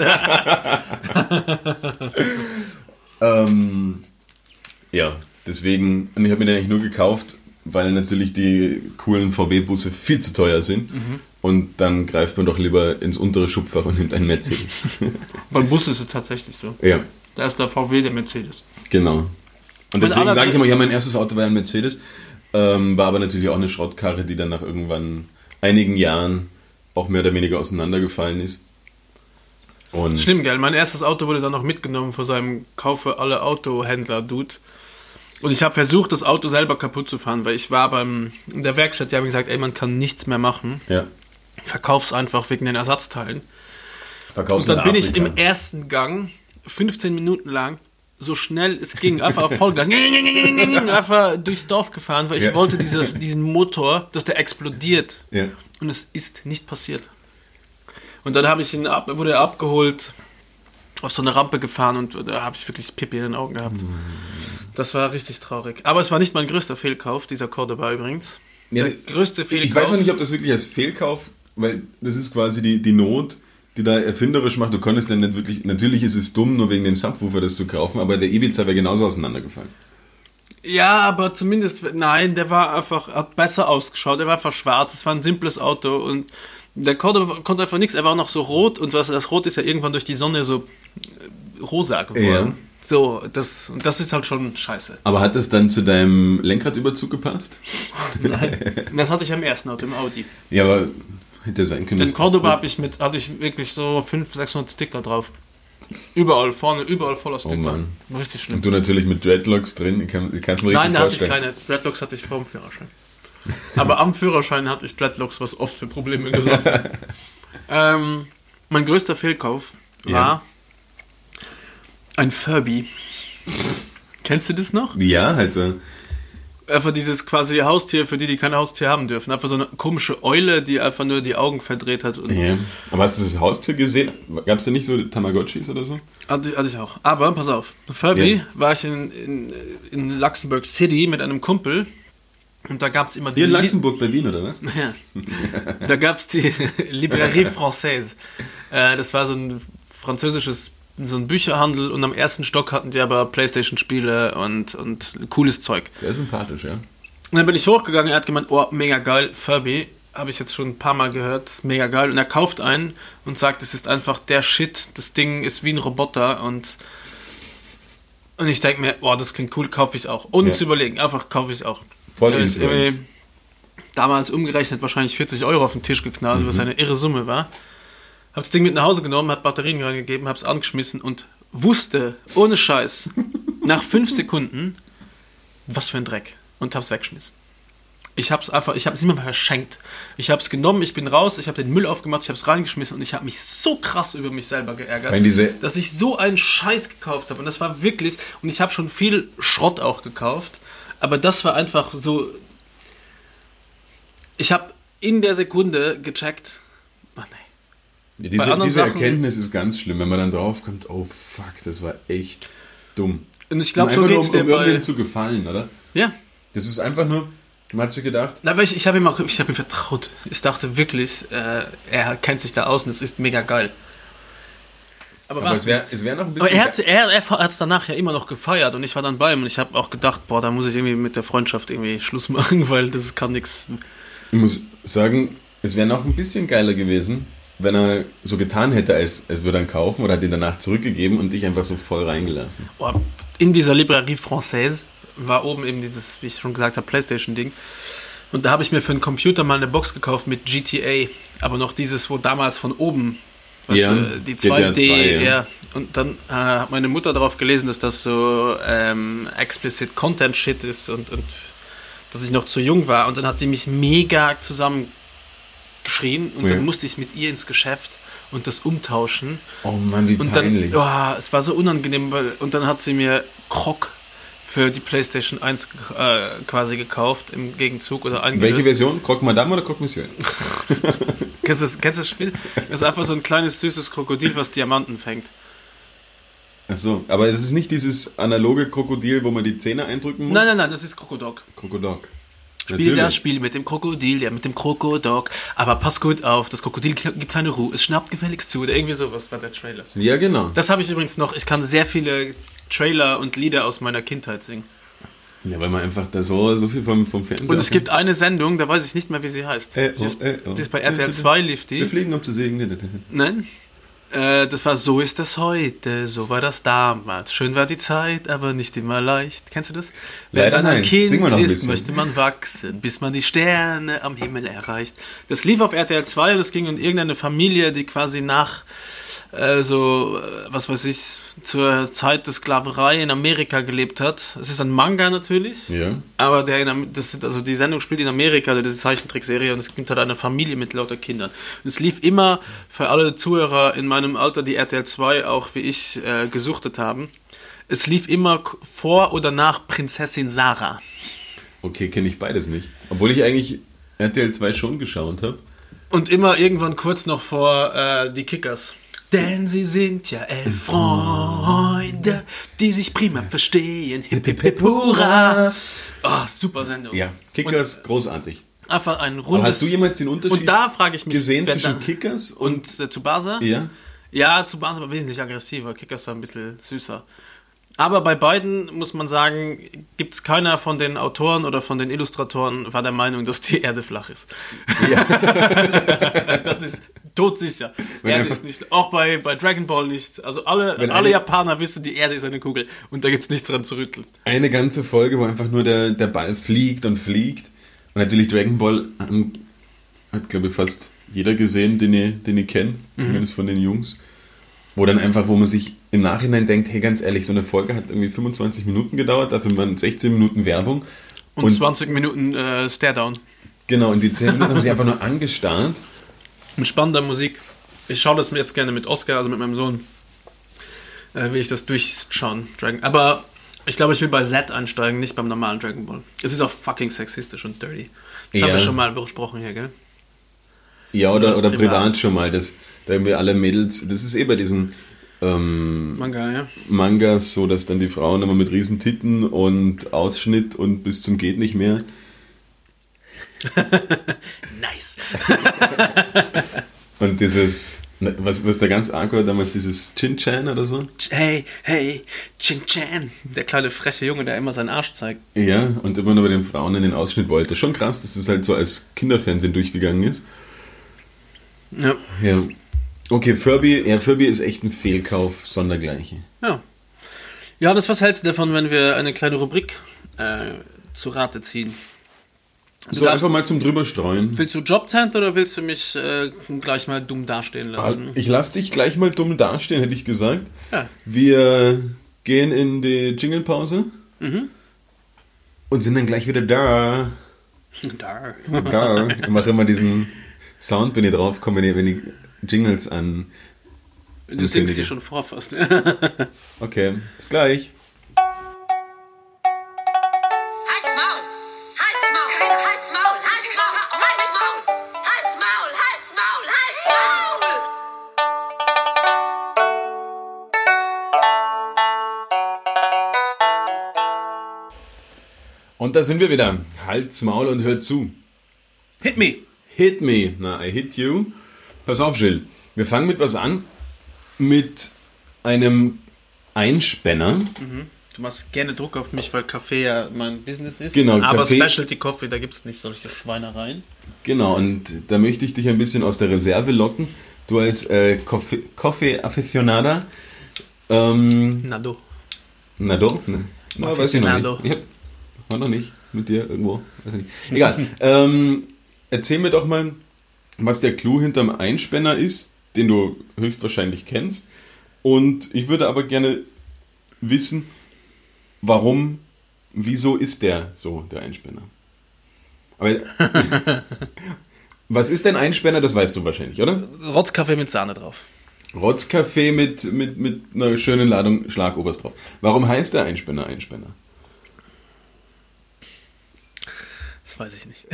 Ähm, ja, deswegen, und ich habe mir den eigentlich nur gekauft, weil natürlich die coolen V W-Busse viel zu teuer sind. Und dann greift man doch lieber ins untere Schubfach und nimmt einen Mercedes. Beim Bus ist es tatsächlich so. Ja, Da ist der V W der Mercedes. genau. Und Mit deswegen aller- sage ich immer, ja, mein erstes Auto war ein Mercedes. Ähm, war aber natürlich auch eine Schrottkarre, die dann nach irgendwann einigen Jahren auch mehr oder weniger auseinandergefallen ist. Und Schlimm, gell? Mein erstes Auto wurde dann noch mitgenommen von seinem Kaufe alle Autohändler-Dude. Und ich habe versucht, das Auto selber kaputt zu fahren, weil ich war beim in der Werkstatt, die haben gesagt, ey, man kann nichts mehr machen. ja, Verkauf's einfach wegen den Ersatzteilen. verkaufst Und dann nach bin ich Afrika. im ersten Gang fünfzehn Minuten lang so schnell es ging, einfach auf Vollgas, einfach durchs Dorf gefahren, weil ich Ja. wollte dieses, diesen Motor, dass der explodiert. Ja. Und es ist nicht passiert. Und dann habe ich ihn ab, wurde er abgeholt, auf so eine Rampe gefahren und da habe ich wirklich Pipi in den Augen gehabt. Das war richtig traurig. Aber es war nicht mein größter Fehlkauf, dieser Cordoba übrigens. Ja, der größte Fehlkauf. Ich weiß noch nicht, ob das wirklich als Fehlkauf, weil das ist quasi die, die Not, die da erfinderisch macht. Du konntest dann nicht wirklich, natürlich ist es dumm, nur wegen dem Subwoofer das zu kaufen, aber der Ibiza wäre genauso auseinandergefallen. Ja, aber zumindest, nein, der war einfach, hat besser ausgeschaut, der war einfach schwarz, es war ein simples Auto und der Cordoba konnte einfach nichts, er war auch noch so rot und was, das Rot ist ja irgendwann durch die Sonne so äh, rosa geworden. Ja. So, das, und das ist halt schon scheiße. Aber hat das dann zu deinem Lenkradüberzug gepasst? Nein. Das hatte ich am ersten Auto, im Audi. Ja, aber hätte sein können. Den dass- Cordoba habe ich mit, hatte ich wirklich so fünfhundert, sechshundert Sticker drauf. Überall, vorne, überall voller Sticker. Mann. Richtig schlimm. Und du natürlich mit Dreadlocks drin, ich kann es mir richtig Nein, da hatte ich vorstellen. keine. Dreadlocks hatte ich vor dem Führerschein. Aber am Führerschein hatte ich Dreadlocks, was oft für Probleme gesorgt hat. ähm, mein größter Fehlkauf war Ja. ein Furby. Kennst du das noch? Ja, halt so. Einfach dieses quasi Haustier für die, die kein Haustier haben dürfen. Einfach so eine komische Eule, die einfach nur die Augen verdreht hat. Und Ja. Aber hast du das Haustier gesehen? Gab es da nicht so Tamagotchis oder so? Hatte, hatte ich auch. Aber, pass auf, bei Furby Ja. war ich in, in, in Luxemburg City mit einem Kumpel und da gab es immer die... Hier in Li- Luxemburg, Berlin, oder was? Ja. Da gab es die Librairie Française. Äh, das war so ein französisches, so ein Bücherhandel und am ersten Stock hatten die aber Playstation-Spiele und, und cooles Zeug. Sehr sympathisch, ja. Und dann bin ich hochgegangen, er hat gemeint, oh, mega geil, Furby, habe ich jetzt schon ein paar Mal gehört, ist mega geil. Und er kauft einen und sagt, es ist einfach der Shit, das Ding ist wie ein Roboter und und ich denke mir, oh, das klingt cool, kaufe ich auch. Ohne Ja. zu überlegen, einfach kaufe ich auch. Voll Ja, ich influenced. irgendwie damals umgerechnet wahrscheinlich vierzig Euro auf den Tisch geknallt, was eine irre Summe war. Hab das Ding mit nach Hause genommen, hab Batterien reingegeben, hab's angeschmissen und wusste, ohne Scheiß, nach fünf Sekunden, was für ein Dreck. Und hab's weggeschmissen. Ich hab's einfach, ich hab's niemandem verschenkt. Ich hab's genommen, ich bin raus, ich hab den Müll aufgemacht, ich hab's reingeschmissen und ich hab mich so krass über mich selber geärgert, Weil diese- dass ich so einen Scheiß gekauft habe. Und das war wirklich, und ich habe schon viel Schrott auch gekauft, aber das war einfach so, ich habe in der Sekunde gecheckt, ach nee. Ja, Bei diese anderen diese Sachen- Erkenntnis ist ganz schlimm, wenn man dann draufkommt, oh fuck, das war echt dumm. Und ich glaube, so Einfach nur, geht's um, dir um bei... irgendwem zu gefallen, oder? Ja, Das ist einfach nur, man hat sich gedacht, na, weil ich, ich habe ihm auch, ich habe ihm vertraut. Ich dachte wirklich, äh, er kennt sich da aus und es ist mega geil. Aber, aber was es wäre nicht. es wär noch ein bisschen... Aber er hat er, er hat es danach ja immer noch gefeiert und ich war dann bei ihm und ich habe auch gedacht, boah, da muss ich irgendwie mit der Freundschaft irgendwie Schluss machen, weil das kann nichts. Ich muss sagen, es wäre noch ein bisschen geiler gewesen, wenn er so getan hätte, als, als würde er ihn kaufen oder hat ihn danach zurückgegeben und dich einfach so voll reingelassen. Boah, in dieser Librairie Française war oben eben dieses, wie ich schon gesagt habe, Playstation-Ding. Und da habe ich mir für einen Computer mal eine Box gekauft mit G T A, aber noch dieses, wo damals von oben, weißt Ja, du, die G T A zwei D, zwei, ja. ja. Und dann äh, hat meine Mutter darauf gelesen, dass das so ähm, explicit Content Shit ist und, und dass ich noch zu jung war. Und dann hat die mich mega zusammengeschrien und Ja. dann musste ich mit ihr ins Geschäft und das umtauschen. Oh Mann, wie Und peinlich. dann, oh, es war so unangenehm, weil, und dann hat sie mir Croc für die PlayStation eins äh, quasi gekauft im Gegenzug oder Welche eingelöst. Version? Croque Madame oder Croque Monsieur? Kennst du das, kennst du das Spiel? Das ist einfach so ein kleines, süßes Krokodil, was Diamanten fängt. Achso, aber es ist nicht dieses analoge Krokodil, wo man die Zähne eindrücken muss? Nein, nein, nein, das ist Krokodok. Krokodok. Spiel das Spiel mit dem Krokodil, ja, mit dem Krokodok. Aber pass gut auf, das Krokodil gibt keine Ruhe, es schnappt gefälligst zu. Oder irgendwie sowas war der Trailer. Ja, genau. Das habe ich übrigens noch, ich kann sehr viele Trailer und Lieder aus meiner Kindheit singen. Ja, weil man einfach da so, so viel vom, vom Fernsehen... Und es gibt eine Sendung, da weiß ich nicht mehr, wie sie heißt. Äh, die, ist, oh, äh, oh. die ist bei R T L zwei, lief Wir die. fliegen, um zu singen. Nein? Äh, das war So ist das heute, so war das damals. Schön war die Zeit, aber nicht immer leicht. Kennst du das? Leider Wenn man ein nein. Kind Sing mal noch ein ist, bisschen. möchte man wachsen, bis man die Sterne am Himmel erreicht. Das lief auf R T L zwei und es ging um irgendeine Familie, die quasi nach äh, so, äh, was weiß ich, zur Zeit der Sklaverei in Amerika gelebt hat. Es ist ein Manga natürlich. Ja. Aber der in, Am- das sind, also die Sendung spielt in Amerika, diese Zeichentrickserie, und es gibt halt eine Familie mit lauter Kindern. Und es lief immer für alle Zuhörer in meinem Alter, die R T L zwei auch wie ich äh, gesuchtet haben. Es lief immer k- vor oder nach Prinzessin Sarah. Okay, kenne ich beides nicht. Obwohl ich eigentlich R T L zwei schon geschaut habe. Und immer irgendwann kurz noch vor äh, die Kickers. Denn sie sind ja elf Freunde, die sich prima verstehen. Hip, hip, hip, hurra. Oh, super Sendung. Ja, Kickers, großartig. Einfach ein rundes... Aber hast du jemals den Unterschied Und da frage ich mich, gesehen wer zwischen da- Kickers und... Und äh, Tsubasa? Ja? Ja, Tsubasa war wesentlich aggressiver. Kickers war ein bisschen süßer. Aber bei beiden, muss man sagen, gibt es keiner von den Autoren oder von den Illustratoren war der Meinung, dass die Erde flach ist. Das ist todsicher. Wenn Erde einfach- ist nicht, auch bei, bei Dragon Ball nicht. Also alle, Wenn alle eine- Japaner wissen, die Erde ist eine Kugel und da gibt es nichts dran zu rütteln. Eine ganze Folge, wo einfach nur der, der Ball fliegt und fliegt. Und natürlich Dragon Ball ähm, hat, glaube ich, fast jeder gesehen, den ich, den ich kenne. Zumindest von den Jungs. Wo dann einfach, wo man sich im Nachhinein denkt, hey, ganz ehrlich, so eine Folge hat irgendwie fünfundzwanzig Minuten gedauert, dafür waren sechzehn Minuten Werbung. Und, Und- zwanzig Minuten äh, Stare-Down. Genau, und die zehn Minuten haben sie einfach nur angestarrt. Mit spannender Musik. Ich schaue das mir jetzt gerne mit Oscar, also mit meinem Sohn, äh, will ich das durchschauen. Dragon. Aber Ich glaube, ich will bei Z einsteigen, nicht beim normalen Dragon Ball. Es ist auch fucking sexistisch und dirty. Das Ja. haben wir schon mal besprochen hier, gell? Ja, Oder oder, das oder privat. privat schon mal, dass da irgendwie alle Mädels, das ist eh bei diesen ähm, Manga, ja. Mangas so, dass dann die Frauen immer mit riesen Titten und Ausschnitt und bis zum geht nicht mehr. Nice. Und dieses, was, was da ganz arg war damals, dieses Chin-Chan oder so. Hey, hey, Chin-Chan. Der kleine freche Junge, der immer seinen Arsch zeigt. Ja, und immer nur bei den Frauen in den Ausschnitt wollte. Schon krass, dass das halt so als Kinderfernsehen durchgegangen ist. Ja. Ja. Okay, Furby, ja, Furby ist echt ein Fehlkauf, sondergleiche. Ja. Johannes, was hältst du davon, wenn wir eine kleine Rubrik äh, zu Rate ziehen? Du so darfst- einfach mal zum drüberstreuen. Willst du Jobcent oder willst du mich äh, gleich mal dumm dastehen lassen? Ich lass dich gleich mal dumm dastehen, hätte ich gesagt. Ja. Wir gehen in die Jingle-Pause Mhm. und sind dann gleich wieder da. Da. Da. Ich mache immer diesen Sound, wenn ihr drauf kommt, wenn ihr, wenn die Jingles an. Du singst sie schon vor fast. Okay, bis gleich. Halt's Maul! Halt's Maul! Halt's Maul! Halt's Maul! Halt's Maul! Halt's Maul! Halt's Maul! Halt's Maul! Und da sind wir wieder. Halt's Maul und hört zu. Hit me. Hit me. Na, I hit you. Pass auf, Jill. Wir fangen mit was an. Mit einem Einspänner. Du machst gerne Druck auf mich, weil Kaffee ja mein Business ist. Genau, Aber Kaffee- Specialty Coffee, da gibt es nicht solche Schweinereien. Genau, und da möchte ich dich ein bisschen aus der Reserve locken. Du als äh, Coffee- Coffee-Afficionada. Ähm, Nado. na doch, ne? Na, weiß ich noch Aficionado. nicht. Ich hab, war noch nicht mit dir irgendwo. Weiß ich nicht. Egal. ähm, erzähl mir doch mal, was der Clou hinterm Einspänner ist, den du höchstwahrscheinlich kennst. Und ich würde aber gerne wissen, warum, wieso ist der so, der Einspänner? Aber was ist denn Einspänner, das weißt du wahrscheinlich, oder? Rotzkaffee mit Sahne drauf. Rotzkaffee mit, mit, mit einer schönen Ladung Schlagobers drauf. Warum heißt der Einspänner Einspänner? Das weiß ich nicht.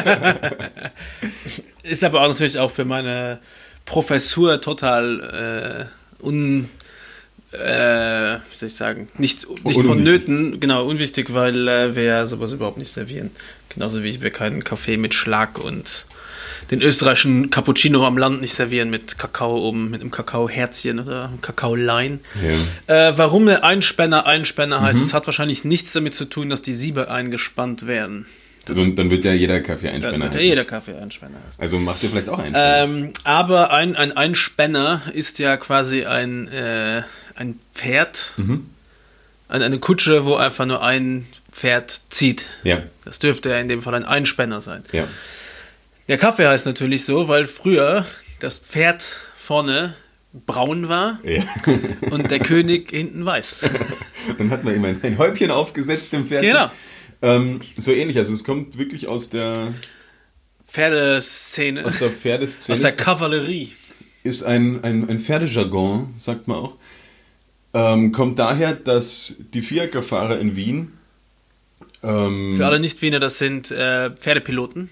Ist aber auch natürlich auch für meine Professur total äh, un... Äh, wie soll ich sagen? Nicht, nicht Unwichtig. vonnöten, genau, unwichtig, weil äh, wir ja sowas überhaupt nicht servieren. Genauso wie wir keinen Kaffee mit Schlag und den österreichischen Cappuccino am Land nicht servieren mit Kakao oben, mit einem Kakaoherzchen oder einem Kakaolein. Ja. Äh, warum der Einspänner Einspänner heißt, das hat wahrscheinlich nichts damit zu tun, dass die Siebe eingespannt werden. Das Und dann wird ja jeder Kaffee dann Einspänner wird ja heißen. jeder Kaffee Einspänner heißen. Also macht ihr vielleicht auch Einspänner. Ähm, aber ein, ein Einspänner ist ja quasi ein, äh, ein Pferd, Mhm. ein, eine Kutsche, wo einfach nur ein Pferd zieht. Ja, Das dürfte ja in dem Fall ein Einspänner sein. ja. Der Kaffee heißt natürlich so, weil früher das Pferd vorne braun war ja. und der König hinten weiß. Dann hat man ihm ein, ein Häubchen aufgesetzt im Pferd. Genau. Ähm, so ähnlich, also es kommt wirklich aus der, Pferdeszene, aus der Pferdeszene. aus der Kavallerie. Ist ein, ein, ein Pferdejargon, sagt man auch. Ähm, kommt daher, dass die Fiaker-Fahrer in Wien ähm, Für alle Nicht-Wiener, das sind äh, Pferdepiloten.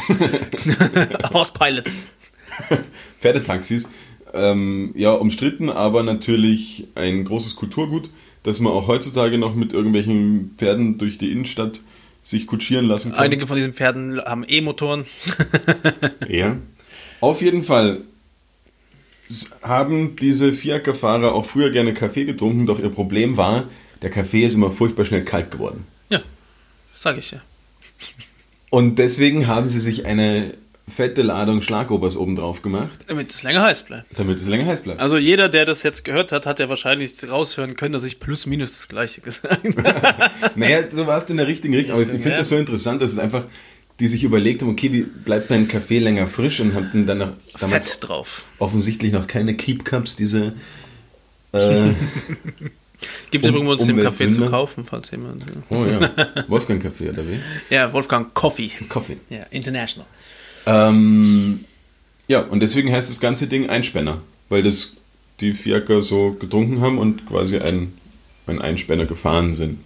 Horse Pilots. Pferdetaxis, ähm, ja, umstritten, aber natürlich ein großes Kulturgut, dass man auch heutzutage noch mit irgendwelchen Pferden durch die Innenstadt sich kutschieren lassen kann. Einige von diesen Pferden haben E-Motoren. Ja. Auf jeden Fall s- haben diese Fiaker-Fahrer auch früher gerne Kaffee getrunken, doch ihr Problem war, der Kaffee ist immer furchtbar schnell kalt geworden. Ja, sag ich ja. Und deswegen haben sie sich eine fette Ladung Schlagobers oben drauf gemacht, Damit es länger heiß bleibt. damit es länger heiß bleibt. Also jeder, der das jetzt gehört hat, hat ja wahrscheinlich raushören können, dass ich plus minus das Gleiche gesagt habe. Naja, so warst du in der richtigen Richtung. Aber ich Richtung, finde ja. das so interessant, dass es einfach, die sich überlegt haben, okay, wie bleibt mein Kaffee länger frisch und hatten dann noch, damals Fett drauf. offensichtlich noch keine Keep Cups, diese äh, Gibt es Um- übrigens den Kaffee zu Umweltsünder. kaufen, falls jemand... oh ja, Wolfgang Kaffee oder wie? Ja, Wolfgang Coffee. Kaffee. Ja, international. Ähm, ja, und deswegen heißt das ganze Ding Einspänner, weil das die Fiaker so getrunken haben und quasi ein einen Einspänner gefahren sind.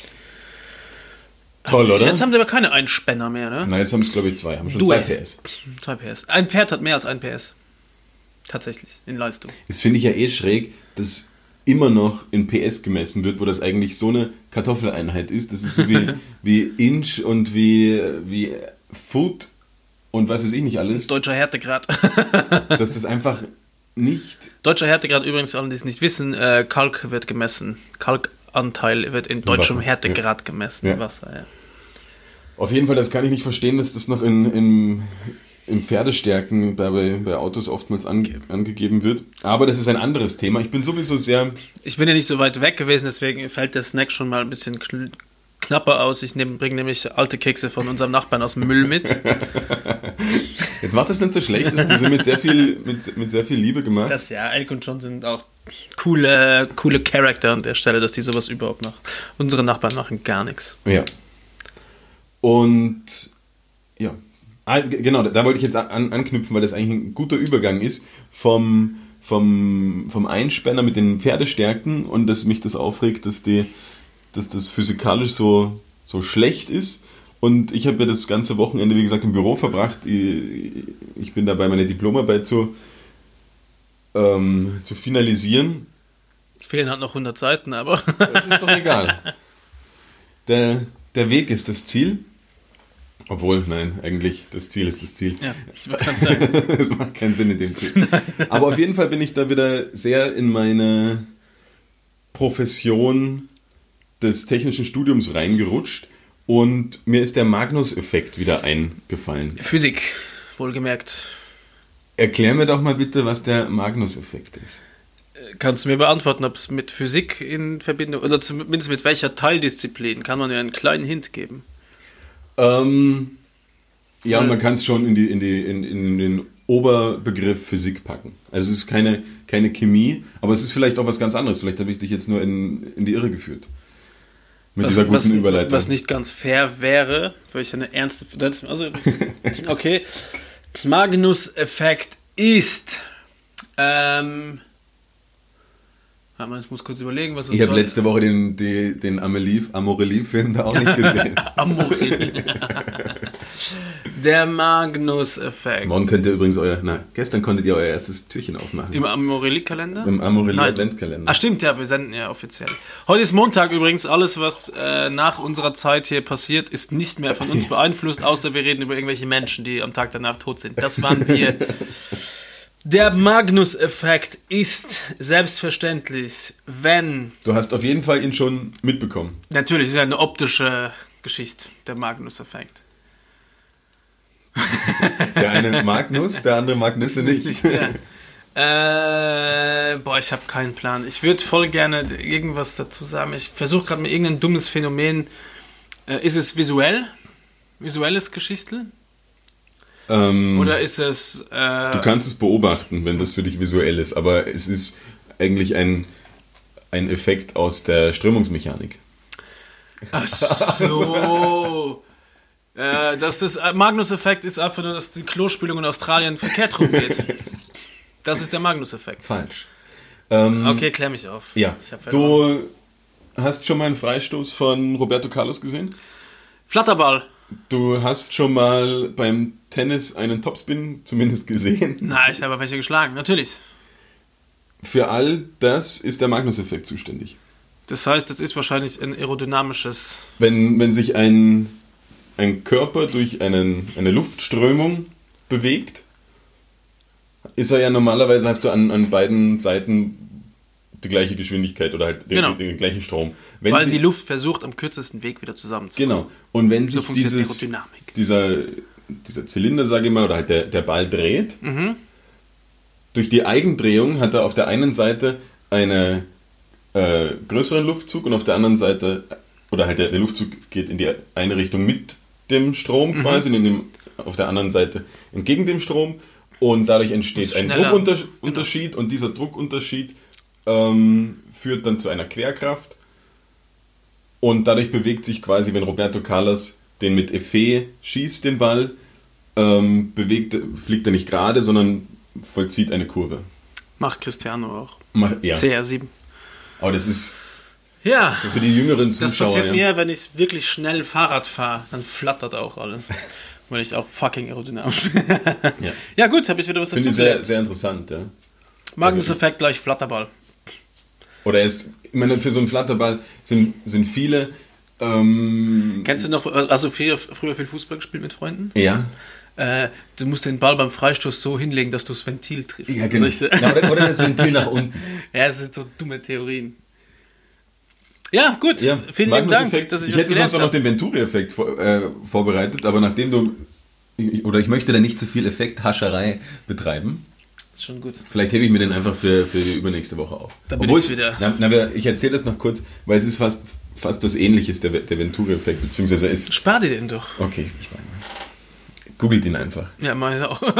Toll, also, oder? Jetzt haben sie aber keine Einspänner mehr, ne? Na, jetzt haben es, glaube ich, zwei. Haben schon Duell. zwei P S. zwei P S. Ein Pferd hat mehr als ein P S. Tatsächlich, in Leistung. Das finde ich ja eh schräg, dass immer noch in P S gemessen wird, wo das eigentlich so eine Kartoffeleinheit ist. Das ist so wie, wie Inch und wie, wie Foot und was weiß ich nicht alles. Deutscher Härtegrad. Dass das einfach nicht... Deutscher Härtegrad übrigens, alle, die es nicht wissen, äh, Kalk wird gemessen. Kalkanteil wird in deutschem Wasser, Härtegrad gemessen. Ja. Wasser, ja. Auf jeden Fall, das kann ich nicht verstehen, dass das noch in, in, in Pferdestärken bei, bei Autos oftmals ange, angegeben wird. Aber das ist ein anderes Thema. Ich bin sowieso sehr... Ich bin ja nicht so weit weg gewesen, deswegen fällt der Snack schon mal ein bisschen kn knapper aus. Ich bringe nämlich alte Kekse von unserem Nachbarn aus dem Müll mit. Jetzt macht das nicht so schlecht, das ist mit sehr viel, mit, mit sehr viel Liebe gemacht. Das ja, Elk und John sind auch coole, coole Charakter an der Stelle, dass die sowas überhaupt machen. Unsere Nachbarn machen gar nichts. Ja. Und ja, ah, genau, da wollte ich jetzt an, anknüpfen, weil das eigentlich ein guter Übergang ist vom, vom, vom Einspänner mit den Pferdestärken und dass mich das aufregt, dass, die, dass das physikalisch so, so schlecht ist. Und ich habe ja das ganze Wochenende, wie gesagt, im Büro verbracht. Ich, ich bin dabei, meine Diplomarbeit zu, ähm, zu finalisieren. Es fehlen halt noch hundert Seiten, aber... Das ist doch egal. Der, der Weg ist das Ziel. Obwohl, nein, eigentlich, das Ziel ist das Ziel. Ja, ich wollte gerade sagen. Das macht keinen Sinn in dem Ziel. Aber auf jeden Fall bin ich da wieder sehr in meine Profession des technischen Studiums reingerutscht und mir ist der Magnus-Effekt wieder eingefallen. Physik, wohlgemerkt. Erklär mir doch mal bitte, was der Magnus-Effekt ist. Kannst du mir beantworten, ob es mit Physik in Verbindung, oder zumindest mit welcher Teildisziplin, kann man mir einen kleinen Hint geben? Ähm, ja, und man kann es schon in, die, in, die, in, in den Oberbegriff Physik packen. Also es ist keine, keine Chemie, aber es ist vielleicht auch was ganz anderes. Vielleicht habe ich dich jetzt nur in, in die Irre geführt. Mit was, dieser guten was, Überleitung. Was nicht ganz fair wäre, weil ich eine ernste... Also, okay. Magnus-Effekt ist... Ähm... Ich muss kurz überlegen, was es Ich habe soll. letzte Woche den, die, den Amorelie-Film da auch nicht gesehen. Amorelie. Der Magnus-Effekt. Morgen könnt ihr übrigens euer... Na, gestern konntet ihr euer erstes Türchen aufmachen. Im Amorelie-Kalender? Im Amorelie-Adventkalender. Ah, stimmt, ja, wir senden ja offiziell. Heute ist Montag übrigens. Alles, was äh, nach unserer Zeit hier passiert, ist nicht mehr von uns beeinflusst, außer wir reden über irgendwelche Menschen, die am Tag danach tot sind. Das waren wir. Der Magnus-Effekt ist selbstverständlich, wenn... Du hast auf jeden Fall ihn schon mitbekommen. Natürlich, es ist eine optische Geschichte, der Magnus-Effekt. Der eine mag Nuss, der andere mag Nüsse nicht. Nicht der. Äh, boah, ich habe keinen Plan. Ich würde voll gerne irgendwas dazu sagen. Ich versuche gerade mal irgendein dummes Phänomen. Äh, ist es visuell? Visuelles Geschichtel? Ähm, Oder ist es... Äh, du kannst es beobachten, wenn das für dich visuell ist, aber es ist eigentlich ein, ein Effekt aus der Strömungsmechanik. Ach so. äh, dass das Magnus-Effekt ist einfach nur, dass die Klospülung in Australien verkehrt rumgeht. Das ist der Magnus-Effekt. Falsch. Ähm, Okay, klär mich auf. Ja, Ich hab verloren. du hast schon mal einen Freistoß von Roberto Carlos gesehen? Flatterball. Du hast schon mal beim Tennis einen Topspin zumindest gesehen. Na, ich habe welche geschlagen, natürlich. Für all das ist der Magnus-Effekt zuständig. Das heißt, es ist wahrscheinlich ein aerodynamisches... Wenn, wenn sich ein, ein Körper durch einen, eine Luftströmung bewegt, ist er ja normalerweise, hast du an, an beiden Seiten die gleiche Geschwindigkeit oder halt den, Genau. den, den gleichen Strom. Wenn Weil sie, die Luft versucht, am kürzesten Weg wieder zusammenzukommen. Genau. Und wenn So sich funktioniert dieses, Aerodynamik. dieser, dieser Zylinder, sage ich mal, oder halt der, der Ball dreht, Mhm. durch die Eigendrehung hat er auf der einen Seite einen äh, größeren Luftzug und auf der anderen Seite, oder halt der, der Luftzug geht in die eine Richtung mit dem Strom Mhm. quasi und in dem, auf der anderen Seite entgegen dem Strom und dadurch entsteht Muss ein schneller. Druckunterschied und dieser Druckunterschied ähm, führt dann zu einer Querkraft und dadurch bewegt sich quasi, wenn Roberto Carlos den mit Effet schießt, den Ball, ähm, bewegt, fliegt er nicht gerade, sondern vollzieht eine Kurve. Macht Cristiano auch. Mach, ja. C R sieben. Aber das ist, Ja, Für die jüngeren das Zuschauer. passiert ja. mir, wenn ich wirklich schnell Fahrrad fahre. Dann flattert auch alles. Weil ich auch fucking aerodynamisch bin. Ja. Ja gut, habe ich wieder was dazu Finde ich sehr, gelernt. sehr interessant, ja. Magnus-Effekt gleich Flatterball. Oder es, ich meine, für so einen Flatterball sind, sind viele, ähm, Kennst du noch, also früher, früher viel Fußball gespielt mit Freunden? ja. Äh, du musst den Ball beim Freistoß so hinlegen, dass du das Ventil triffst. Ja, genau. Solche- Ja, oder, oder das Ventil nach unten. Ja, das sind so dumme Theorien. Ja, gut. Ja, Vielen lieben Dank, Magnus-Effekt. dass ich, Ich was hätte gelernt sonst auch noch habe. den Venturi-Effekt vor, äh, vorbereitet, aber nachdem du, oder ich möchte da nicht zu viel Effekthascherei betreiben, Ist schon gut. vielleicht hebe ich mir den einfach für, für die übernächste Woche auf. Da bin Obwohl ich's es- wieder. Na, na, wir- ich erzähle das noch kurz, weil es ist fast, fast was Ähnliches, der, der Venturi-Effekt, beziehungsweise ist, Spar dir den doch. okay, ich spare ihn. Googelt ihn einfach. Ja, mach ich auch.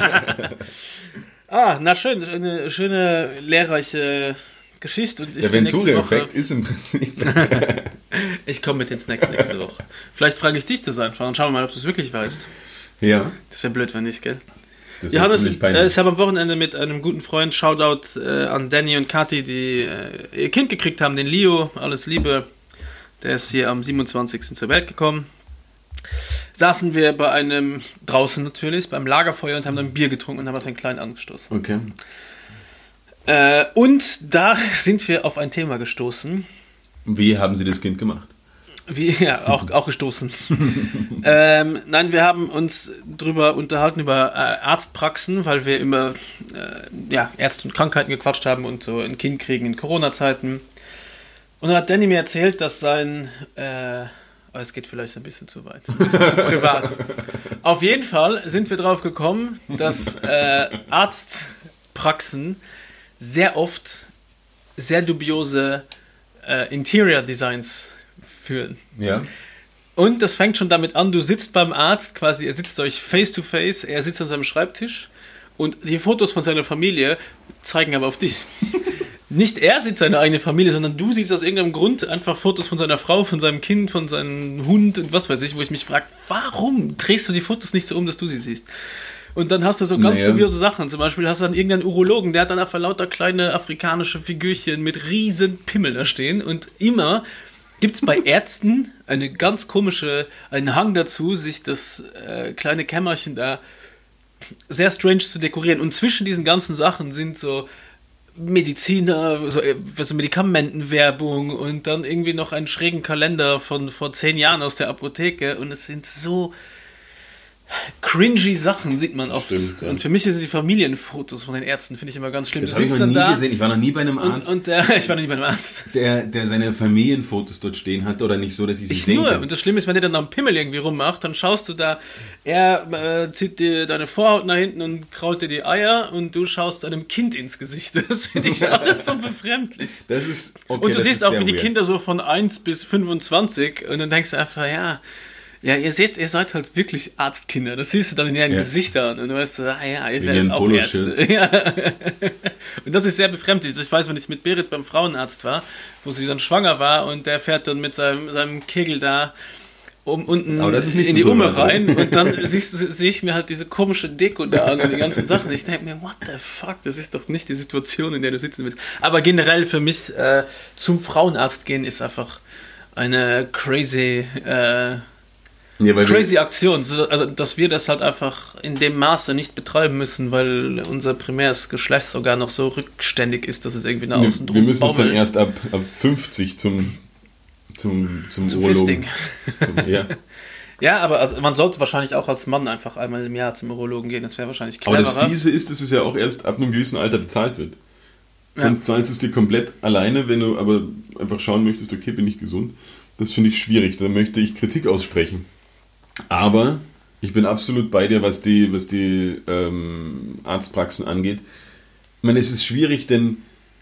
Ah, na schön. Eine schöne, lehrreiche Geschichte. Und ich Der bin nächste Venturi-Effekt Woche. ist im Prinzip... Ich komme mit den Snacks nächste Woche. Vielleicht frage ich dich das einfach und schauen wir mal, ob du es wirklich weißt. ja, Das wäre blöd, wenn nicht, gell? das wäre Johannes, ziemlich äh, peinlich. ich habe am Wochenende mit einem guten Freund, Shoutout äh, an Danny und Kathi, die äh, ihr Kind gekriegt haben, den Leo, alles Liebe. Der ist hier am siebenundzwanzigsten zur Welt gekommen. Saßen wir bei einem, draußen natürlich, beim Lagerfeuer und haben dann Bier getrunken und haben auf den Kleinen angestoßen. Okay. Äh, und da sind wir auf ein Thema gestoßen. Wie haben Sie das Kind gemacht? Wie, ja, auch, auch gestoßen. ähm, nein, wir haben uns drüber unterhalten, über äh, Arztpraxen, weil wir über äh, ja, Ärzte und Krankheiten gequatscht haben und so ein Kind kriegen in Corona-Zeiten. Und dann hat Danny mir erzählt, dass sein, äh, oh, es geht vielleicht ein bisschen zu weit, ein bisschen zu privat. Auf jeden Fall sind wir drauf gekommen, dass äh, Arztpraxen sehr oft sehr dubiose äh, Interior-Designs führen. Ja. Und das fängt schon damit an, du sitzt beim Arzt, quasi, ihr sitzt euch face to face, er sitzt an seinem Schreibtisch und die Fotos von seiner Familie zeigen aber auf dich. Nicht er sieht seine eigene Familie, sondern du siehst aus irgendeinem Grund einfach Fotos von seiner Frau, von seinem Kind, von seinem Hund und was weiß ich, wo ich mich frage, warum drehst du die Fotos nicht so um, dass du sie siehst? Und dann hast du so ganz Naja. dubiose Sachen. Zum Beispiel hast du dann irgendeinen Urologen, der hat dann einfach lauter kleine afrikanische Figürchen mit riesen Pimmeln da stehen. Und immer gibt es bei Ärzten eine ganz komische, einen Hang dazu, sich das äh, kleine Kämmerchen da sehr strange zu dekorieren. Und zwischen diesen ganzen Sachen sind so Mediziner, so, äh, so Medikamentenwerbung und dann irgendwie noch einen schrägen Kalender von vor zehn Jahren aus der Apotheke. Und es sind so cringy Sachen, sieht man oft. Stimmt, ja. Und für mich sind die Familienfotos von den Ärzten, finde ich immer ganz schlimm. Das Du habe ich sitzt noch dann nie da gesehen. Ich war noch nie bei einem und, Arzt, und der, ich war noch nie bei einem Arzt. der, der seine Familienfotos dort stehen hat oder nicht so, dass ich sie Ich sehen nur. kann. Und das Schlimme ist, wenn der dann am Pimmel irgendwie rummacht, dann schaust du da, er äh, zieht dir deine Vorhaut nach hinten und kraut dir die Eier und du schaust einem Kind ins Gesicht. Das finde ich alles so befremdlich. Das ist okay, Und du das siehst ist auch, sehr wie die weird. Kinder so von eins bis fünfundzwanzig und dann denkst du einfach, ja, ja, ihr seht, ihr seid halt wirklich Arztkinder. Das siehst du dann in ihren Ja. Gesichtern und du weißt so, ah ja, ihr In werdet ihren auch Poloshirts. Ärzte. Ja. Und das ist sehr befremdlich. Ich weiß, wenn ich mit Berit beim Frauenarzt war, wo sie dann schwanger war und der fährt dann mit seinem, seinem Kegel da um, unten Aber das ist nicht in so die Umme toll, rein und dann siehst du- sehe ich mir halt diese komische Deko da an und die ganzen Sachen. Ich denke mir, what the fuck, das ist doch nicht die Situation, in der du sitzen willst. Aber generell für mich äh, zum Frauenarzt gehen ist einfach eine crazy, äh, Ja, weil crazy Aktion. So, also, dass wir das halt einfach in dem Maße nicht betreiben müssen, weil unser primäres Geschlechtsorgan noch so rückständig ist, dass es irgendwie nach wir, außen wir, wir müssen es dann baumelt. erst ab, ab fünfzig zum zum, zum, Zum Urologen. Fisting. Zum, ja. Ja, aber also man sollte wahrscheinlich auch als Mann einfach einmal im Jahr zum Urologen gehen. Das wäre wahrscheinlich Aber cleverer. das Fiese ist, dass es ja auch erst ab einem gewissen Alter bezahlt wird. Ja. Sonst zahlst du es dir komplett alleine, wenn du aber einfach schauen möchtest, okay, bin ich gesund. Das finde ich schwierig, da möchte ich Kritik aussprechen. Aber ich bin absolut bei dir, was die, was die ähm, Arztpraxen angeht. Ich meine, es ist schwierig, denn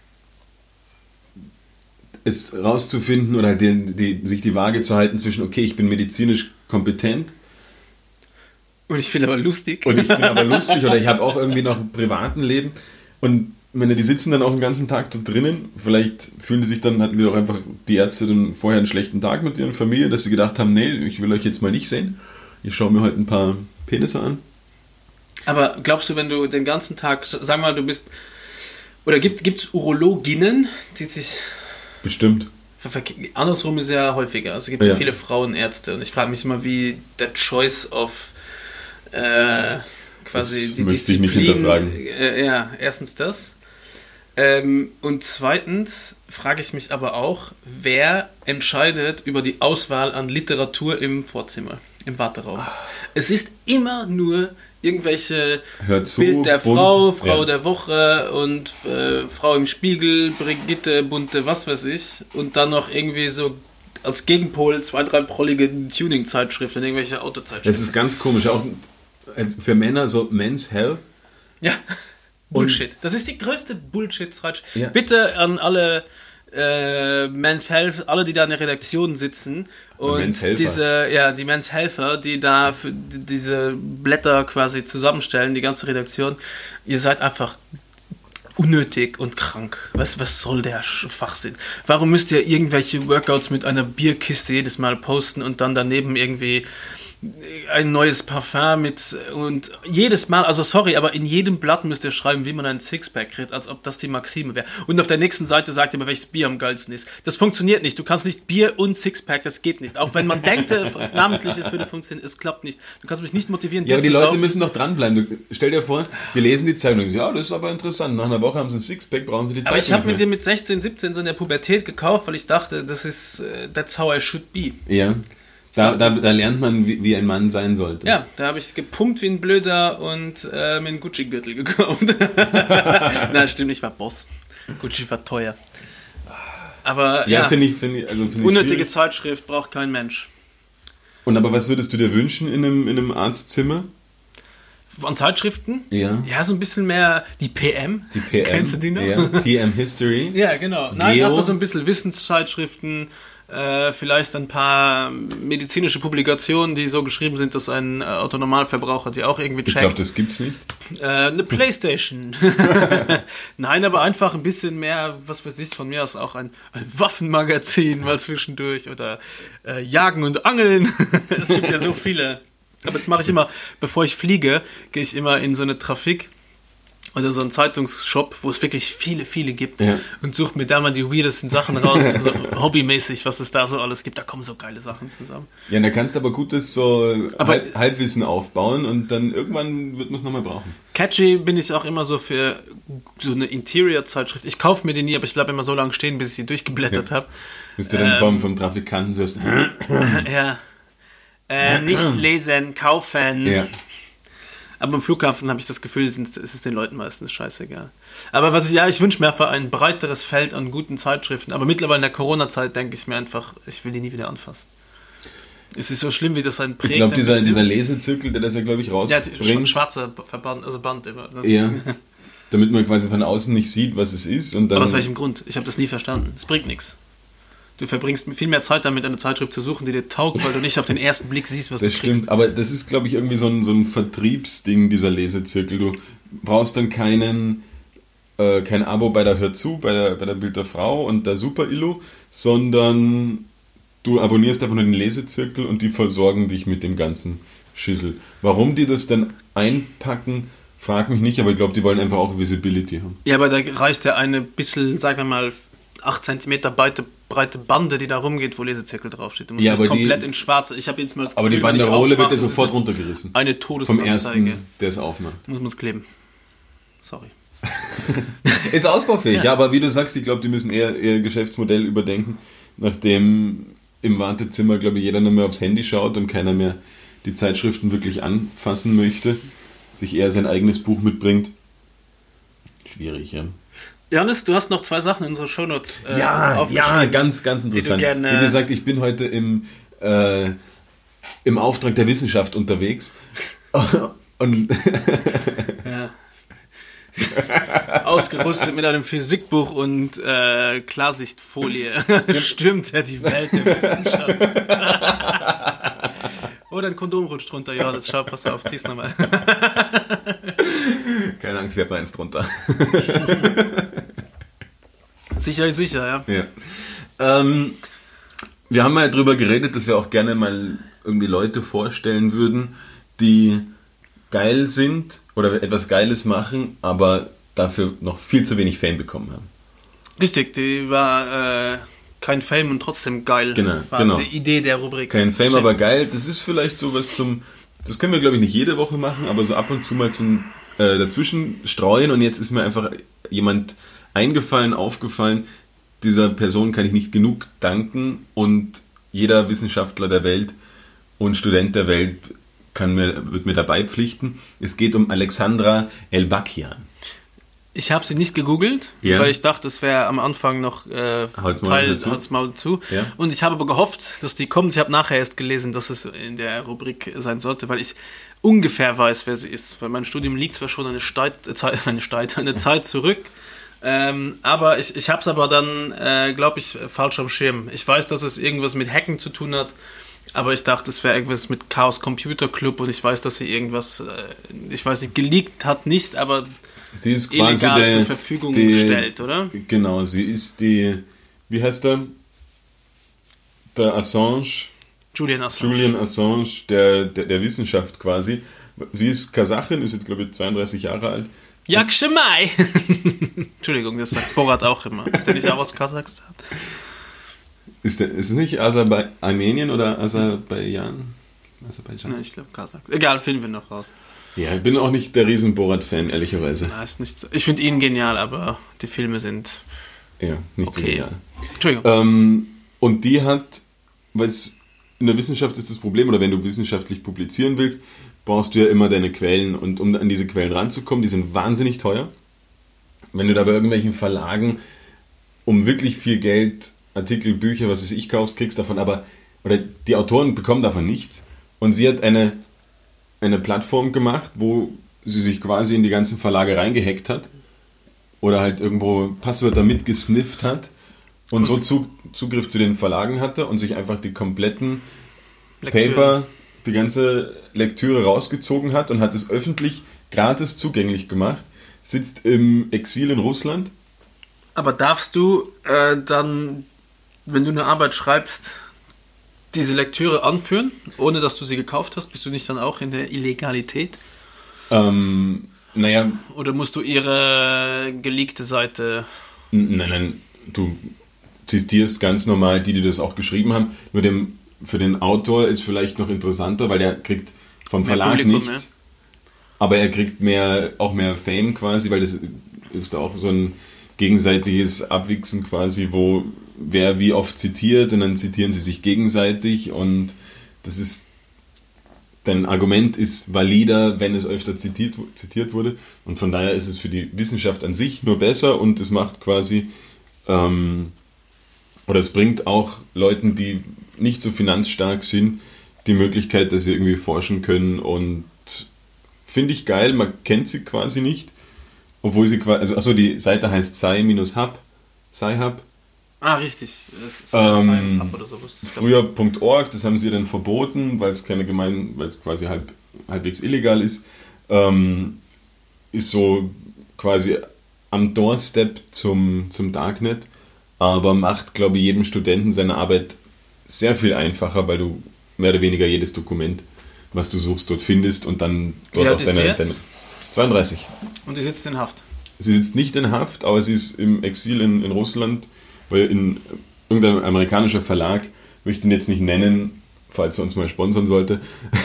es rauszufinden oder die, die, sich die Waage zu halten zwischen, okay, ich bin medizinisch kompetent Und ich finde aber lustig. und ich bin aber lustig oder ich habe auch irgendwie noch ein privaten Leben. Und wenn die sitzen dann auch den ganzen Tag dort drinnen, vielleicht fühlen die sich dann, hatten die doch einfach die Ärzte dann vorher einen schlechten Tag mit ihren Familien, dass sie gedacht haben, nee, ich will euch jetzt mal nicht sehen. Ich schaue mir heute ein paar Penisse an. Aber glaubst du, wenn du den ganzen Tag, sag mal, du bist, oder gibt es Urologinnen, die sich, Bestimmt. Andersrum ist ja häufiger. Also es gibt ja, Ja. viele Frauenärzte und ich frage mich immer, wie der Choice of äh, quasi Das die müsste ich Disziplin. nicht hinterfragen. Äh, ja, erstens das. Ähm, und zweitens frage ich mich aber auch, wer entscheidet über die Auswahl an Literatur im Vorzimmer, im Warteraum. Es ist immer nur irgendwelche Hör zu, Bild der bunt, Frau, Frau ja. der Woche und äh, Frau im Spiegel, Brigitte, bunte, was weiß ich. Und dann noch irgendwie so als Gegenpol zwei, drei prollige Tuning-Zeitschriften, irgendwelche Autozeitschriften. Das ist ganz komisch. Auch für Männer so Men's Health. Ja, Bullshit. Das ist die größte Bullshit-Zeitschrift. Ja. Bitte an alle äh, Men's Health, alle, die da in der Redaktion sitzen und Men's Helfer. diese, ja, die Men's Helfer, die da für die, diese Blätter quasi zusammenstellen, die ganze Redaktion, ihr seid einfach unnötig und krank. Was, was soll der Schwachsinn? Warum müsst ihr irgendwelche Workouts mit einer Bierkiste jedes Mal posten und dann daneben irgendwie ein neues Parfum mit und jedes Mal, also sorry, aber in jedem Blatt müsst ihr schreiben, wie man einen Sixpack kriegt, als ob das die Maxime wäre. Und auf der nächsten Seite sagt ihr mal, welches Bier am geilsten ist. Das funktioniert nicht. Du kannst nicht Bier und Sixpack, das geht nicht. Auch wenn man denkt, äh, namentlich es würde funktionieren, es klappt nicht. Du kannst mich nicht motivieren, Ja, Bier aber die zu Leute saufen. müssen doch dranbleiben. Du, stell dir vor, die lesen die Zeitung und sagen, ja, das ist aber interessant. Nach einer Woche haben sie ein Sixpack, brauchen sie die Zeitung Aber ich habe mir nicht den mehr. mit sechzehn, siebzehn so in der Pubertät gekauft, weil ich dachte, das ist, äh, that's how I should be. Ja, da, da, da lernt man, wie, wie ein Mann sein sollte. Ja, da habe ich gepumpt wie ein Blöder und äh, mir einen Gucci-Gürtel gekauft. Na, stimmt, ich war Boss. Gucci war teuer. Aber Ja, ja, finde ich, finde ich, also finde ich unnötige schwierig. Zeitschrift braucht kein Mensch. Und aber was würdest du dir wünschen in einem, in einem Arztzimmer? An Zeitschriften? Ja. Ja, so ein bisschen mehr die P M. Die P M. Kennst du die noch? Ja, P M History. Ja, genau. Nein, Geo. einfach so ein bisschen Wissenszeitschriften, äh, vielleicht ein paar medizinische Publikationen, die so geschrieben sind, dass ein äh, Autonormalverbraucher die auch irgendwie Ich glaube, checkt. das gibt's nicht. Äh, eine Playstation. Nein, aber einfach ein bisschen mehr, was weiß ich, von mir aus auch ein, ein Waffenmagazin mal zwischendurch oder äh, Jagen und Angeln. Es gibt ja so viele. Aber das mache ich immer, bevor ich fliege, gehe ich immer in so eine Trafik oder so einen Zeitungsshop, wo es wirklich viele, viele gibt Ja. und suche mir da mal die weirdesten Sachen raus, so hobbymäßig, was es da so alles gibt. Da kommen so geile Sachen zusammen. Ja, da kannst du aber gutes so Aber- Halb, Halbwissen aufbauen und dann irgendwann wird man es nochmal brauchen. Catchy bin ich auch immer so für so eine Interior-Zeitschrift. Ich kaufe mir die nie, aber ich bleibe immer so lange stehen, bis ich sie durchgeblättert habe. Bist du dann Ähm. vom, vom Trafikanten so hörst, Ja. Äh, nicht lesen, kaufen. ja. Aber am Flughafen habe ich das Gefühl, es ist es ist den Leuten meistens scheißegal. Aber was ich, ja, ich wünsche mir einfach ein breiteres Feld an guten Zeitschriften. Aber mittlerweile in der Corona-Zeit denke ich mir einfach, ich will die nie wieder anfassen. Es ist so schlimm, wie das einen prägt. Ich glaube, ein dieser, bisschen. dieser Lesezirkel, der das ja, glaube ich, ja, die sch- rausbringt, schwarze Verband, also Band immer. Das, ja, damit man quasi von außen nicht sieht, was es ist. Und dann, Aber aus welchem Grund? Ich habe das nie verstanden. Es bringt nichts. Du verbringst viel mehr Zeit damit, eine Zeitschrift zu suchen, die dir taugt, weil du nicht auf den ersten Blick siehst, was das du kriegst. stimmt, aber das ist, glaube ich, irgendwie so ein, so ein Vertriebsding, dieser Lesezirkel. Du brauchst dann keinen, äh, kein Abo bei der Hör zu, bei der, bei der Bild der Frau und der Super Illu, sondern du abonnierst einfach nur den Lesezirkel und die versorgen dich mit dem ganzen Schissel. Warum die das dann einpacken, frag mich nicht, aber ich glaube, die wollen einfach auch Visibility haben. Ja, aber da reicht ja eine bisschen, sagen wir mal, acht Zentimeter breite, breite Bande, die da rumgeht, wo Lesezirkel draufsteht. Du musst Ja, das aber die- komplett in schwarz. Ich habe jetzt mal das Aber die Gefühl, wenn ich Banderole wird aufmache, ja das ist sofort eine- runtergerissen. Eine Vom Todesanzeige. ersten, der es aufmacht. Muss man es kleben. Sorry. Ist ausbaufähig, ja. aber wie du sagst, ich glaube, die müssen eher ihr Geschäftsmodell überdenken, nachdem im Wartezimmer, glaube ich, jeder nur mehr aufs Handy schaut und keiner mehr die Zeitschriften wirklich anfassen möchte, sich eher sein eigenes Buch mitbringt. Schwierig, ja. Janis, du hast noch zwei Sachen in unsere Shownotes äh, Ja, aufgeschrieben. ja, ganz, ganz interessant. gerne- Wie gesagt, ich bin heute im, äh, im Auftrag der Wissenschaft unterwegs. Und Ja. Ausgerüstet mit einem Physikbuch und äh, Klarsichtfolie stürmt er die Welt der Wissenschaft. Oder ein Kondom rutscht runter, ja, das schau, pass auf, zieh's nochmal. keine Angst, ich habe eins drunter. Sicher ist sicher, ja. Ja. Ähm, wir haben mal drüber geredet, dass wir auch gerne mal irgendwie Leute vorstellen würden, die geil sind oder etwas Geiles machen, aber dafür noch viel zu wenig Fame bekommen haben. Richtig, die war äh, Kein Fame und trotzdem geil. Genau, war genau. die Idee der Rubrik. Kein Fame, Schön. aber geil. Das ist vielleicht sowas zum, das können wir glaube ich nicht jede Woche machen, aber so ab und zu mal zum äh, dazwischen streuen und jetzt ist mir einfach jemand eingefallen, aufgefallen, dieser Person kann ich nicht genug danken und jeder Wissenschaftler der Welt und Student der Welt kann mir, wird mir dabei pflichten. Es geht um Alexandra Elbakyan. Ich habe sie nicht gegoogelt, Ja. weil ich dachte, es wäre am Anfang noch äh, Halt's Maul Teil dazu. Halt's Maul zu. Ja. Und ich habe aber gehofft, dass die kommt. Ich habe nachher erst gelesen, dass es in der Rubrik sein sollte, weil ich ungefähr weiß, wer sie ist. Weil mein Studium liegt zwar schon eine, Steit, äh, Zeit, eine, Steit, eine Zeit zurück, ähm, aber ich, ich habe es aber dann, äh, glaube ich, falsch am Schirm. Ich weiß, dass es irgendwas mit Hacken zu tun hat, aber ich dachte, es wäre irgendwas mit Chaos Computer Club und ich weiß, dass sie irgendwas, äh, ich weiß nicht, geleakt hat nicht, aber Sie ist quasi illegal der, zur Verfügung die, gestellt, oder? Genau, sie ist die, wie heißt der? Der Assange, Julian Assange. Julian Assange der, der, der Wissenschaft quasi. Sie ist Kasachin, ist jetzt glaube ich zweiunddreißig Jahre alt. Jak Schemai! Entschuldigung, das sagt Borat auch immer. Ist der nicht auch aus Kasachstan? Ist, der, ist es nicht Aserbai- Armenien oder Aserbaidschan? Aserbaidschan? Nein, ich glaube Kasachstan. Egal, finden wir noch raus. Ja, ich bin auch nicht der riesen Borat-Fan, ehrlicherweise. Na, ist nicht so. Ich finde ihn genial, aber die Filme sind Ja, nicht so okay. genial. Entschuldigung. Ähm, und die hat, weil es in der Wissenschaft ist das Problem, oder wenn du wissenschaftlich publizieren willst, brauchst du ja immer deine Quellen. Und um an diese Quellen ranzukommen, die sind wahnsinnig teuer. Wenn du da bei irgendwelchen Verlagen um wirklich viel Geld Artikel, Bücher, was weiß ich, kaufst, kriegst davon aber, oder die Autoren bekommen davon nichts. Und sie hat eine, eine Plattform gemacht, wo sie sich quasi in die ganzen Verlage reingehackt hat oder halt irgendwo Passwörter mitgesnifft hat und so Zug, Zugriff zu den Verlagen hatte und sich einfach die kompletten Lektüre. Paper, die ganze Lektüre rausgezogen hat und hat es öffentlich gratis zugänglich gemacht, sitzt im Exil in Russland. Aber darfst du äh, dann, wenn du eine Arbeit schreibst, diese Lektüre anführen, ohne dass du sie gekauft hast? Bist du nicht dann auch in der Illegalität? Ähm, naja, Oder musst du ihre geleakte Seite... n- nein, nein, du zitierst ganz normal die, die das auch geschrieben haben. Nur dem, für den Autor ist vielleicht noch interessanter, weil der kriegt vom Mehr Verlag Publikum, nichts, aber er kriegt mehr, auch mehr Fame quasi, weil das ist auch so ein gegenseitiges Abwichsen quasi, wo wer wie oft zitiert und dann zitieren sie sich gegenseitig und das ist, dein Argument ist valider, wenn es öfter zitiert, zitiert wurde und von daher ist es für die Wissenschaft an sich nur besser und es macht quasi ähm, oder es bringt auch Leuten, die nicht so finanzstark sind, die Möglichkeit, dass sie irgendwie forschen können und finde ich geil, man kennt sie quasi nicht, obwohl sie quasi, also achso, die Seite heißt Sci-Hub, Sci-Hub, Ah, richtig. Das ist Ähm, Science Hub oder sowas. früher Punkt org, das haben sie dann verboten, weil es keine gemein, weil es quasi halb, halbwegs illegal ist, ähm, ist so quasi am Doorstep zum, zum Darknet, aber macht, glaube ich, jedem Studenten seine Arbeit sehr viel einfacher, weil du mehr oder weniger jedes Dokument, was du suchst, dort findest und dann dort Wie auch alt ist deine, die jetzt? deine zweiunddreißig. Und die sitzt in Haft. Sie sitzt nicht in Haft, aber sie ist im Exil in, in Russland, weil in irgendein amerikanischer Verlag, möchte ihn jetzt nicht nennen, falls er uns mal sponsern sollte.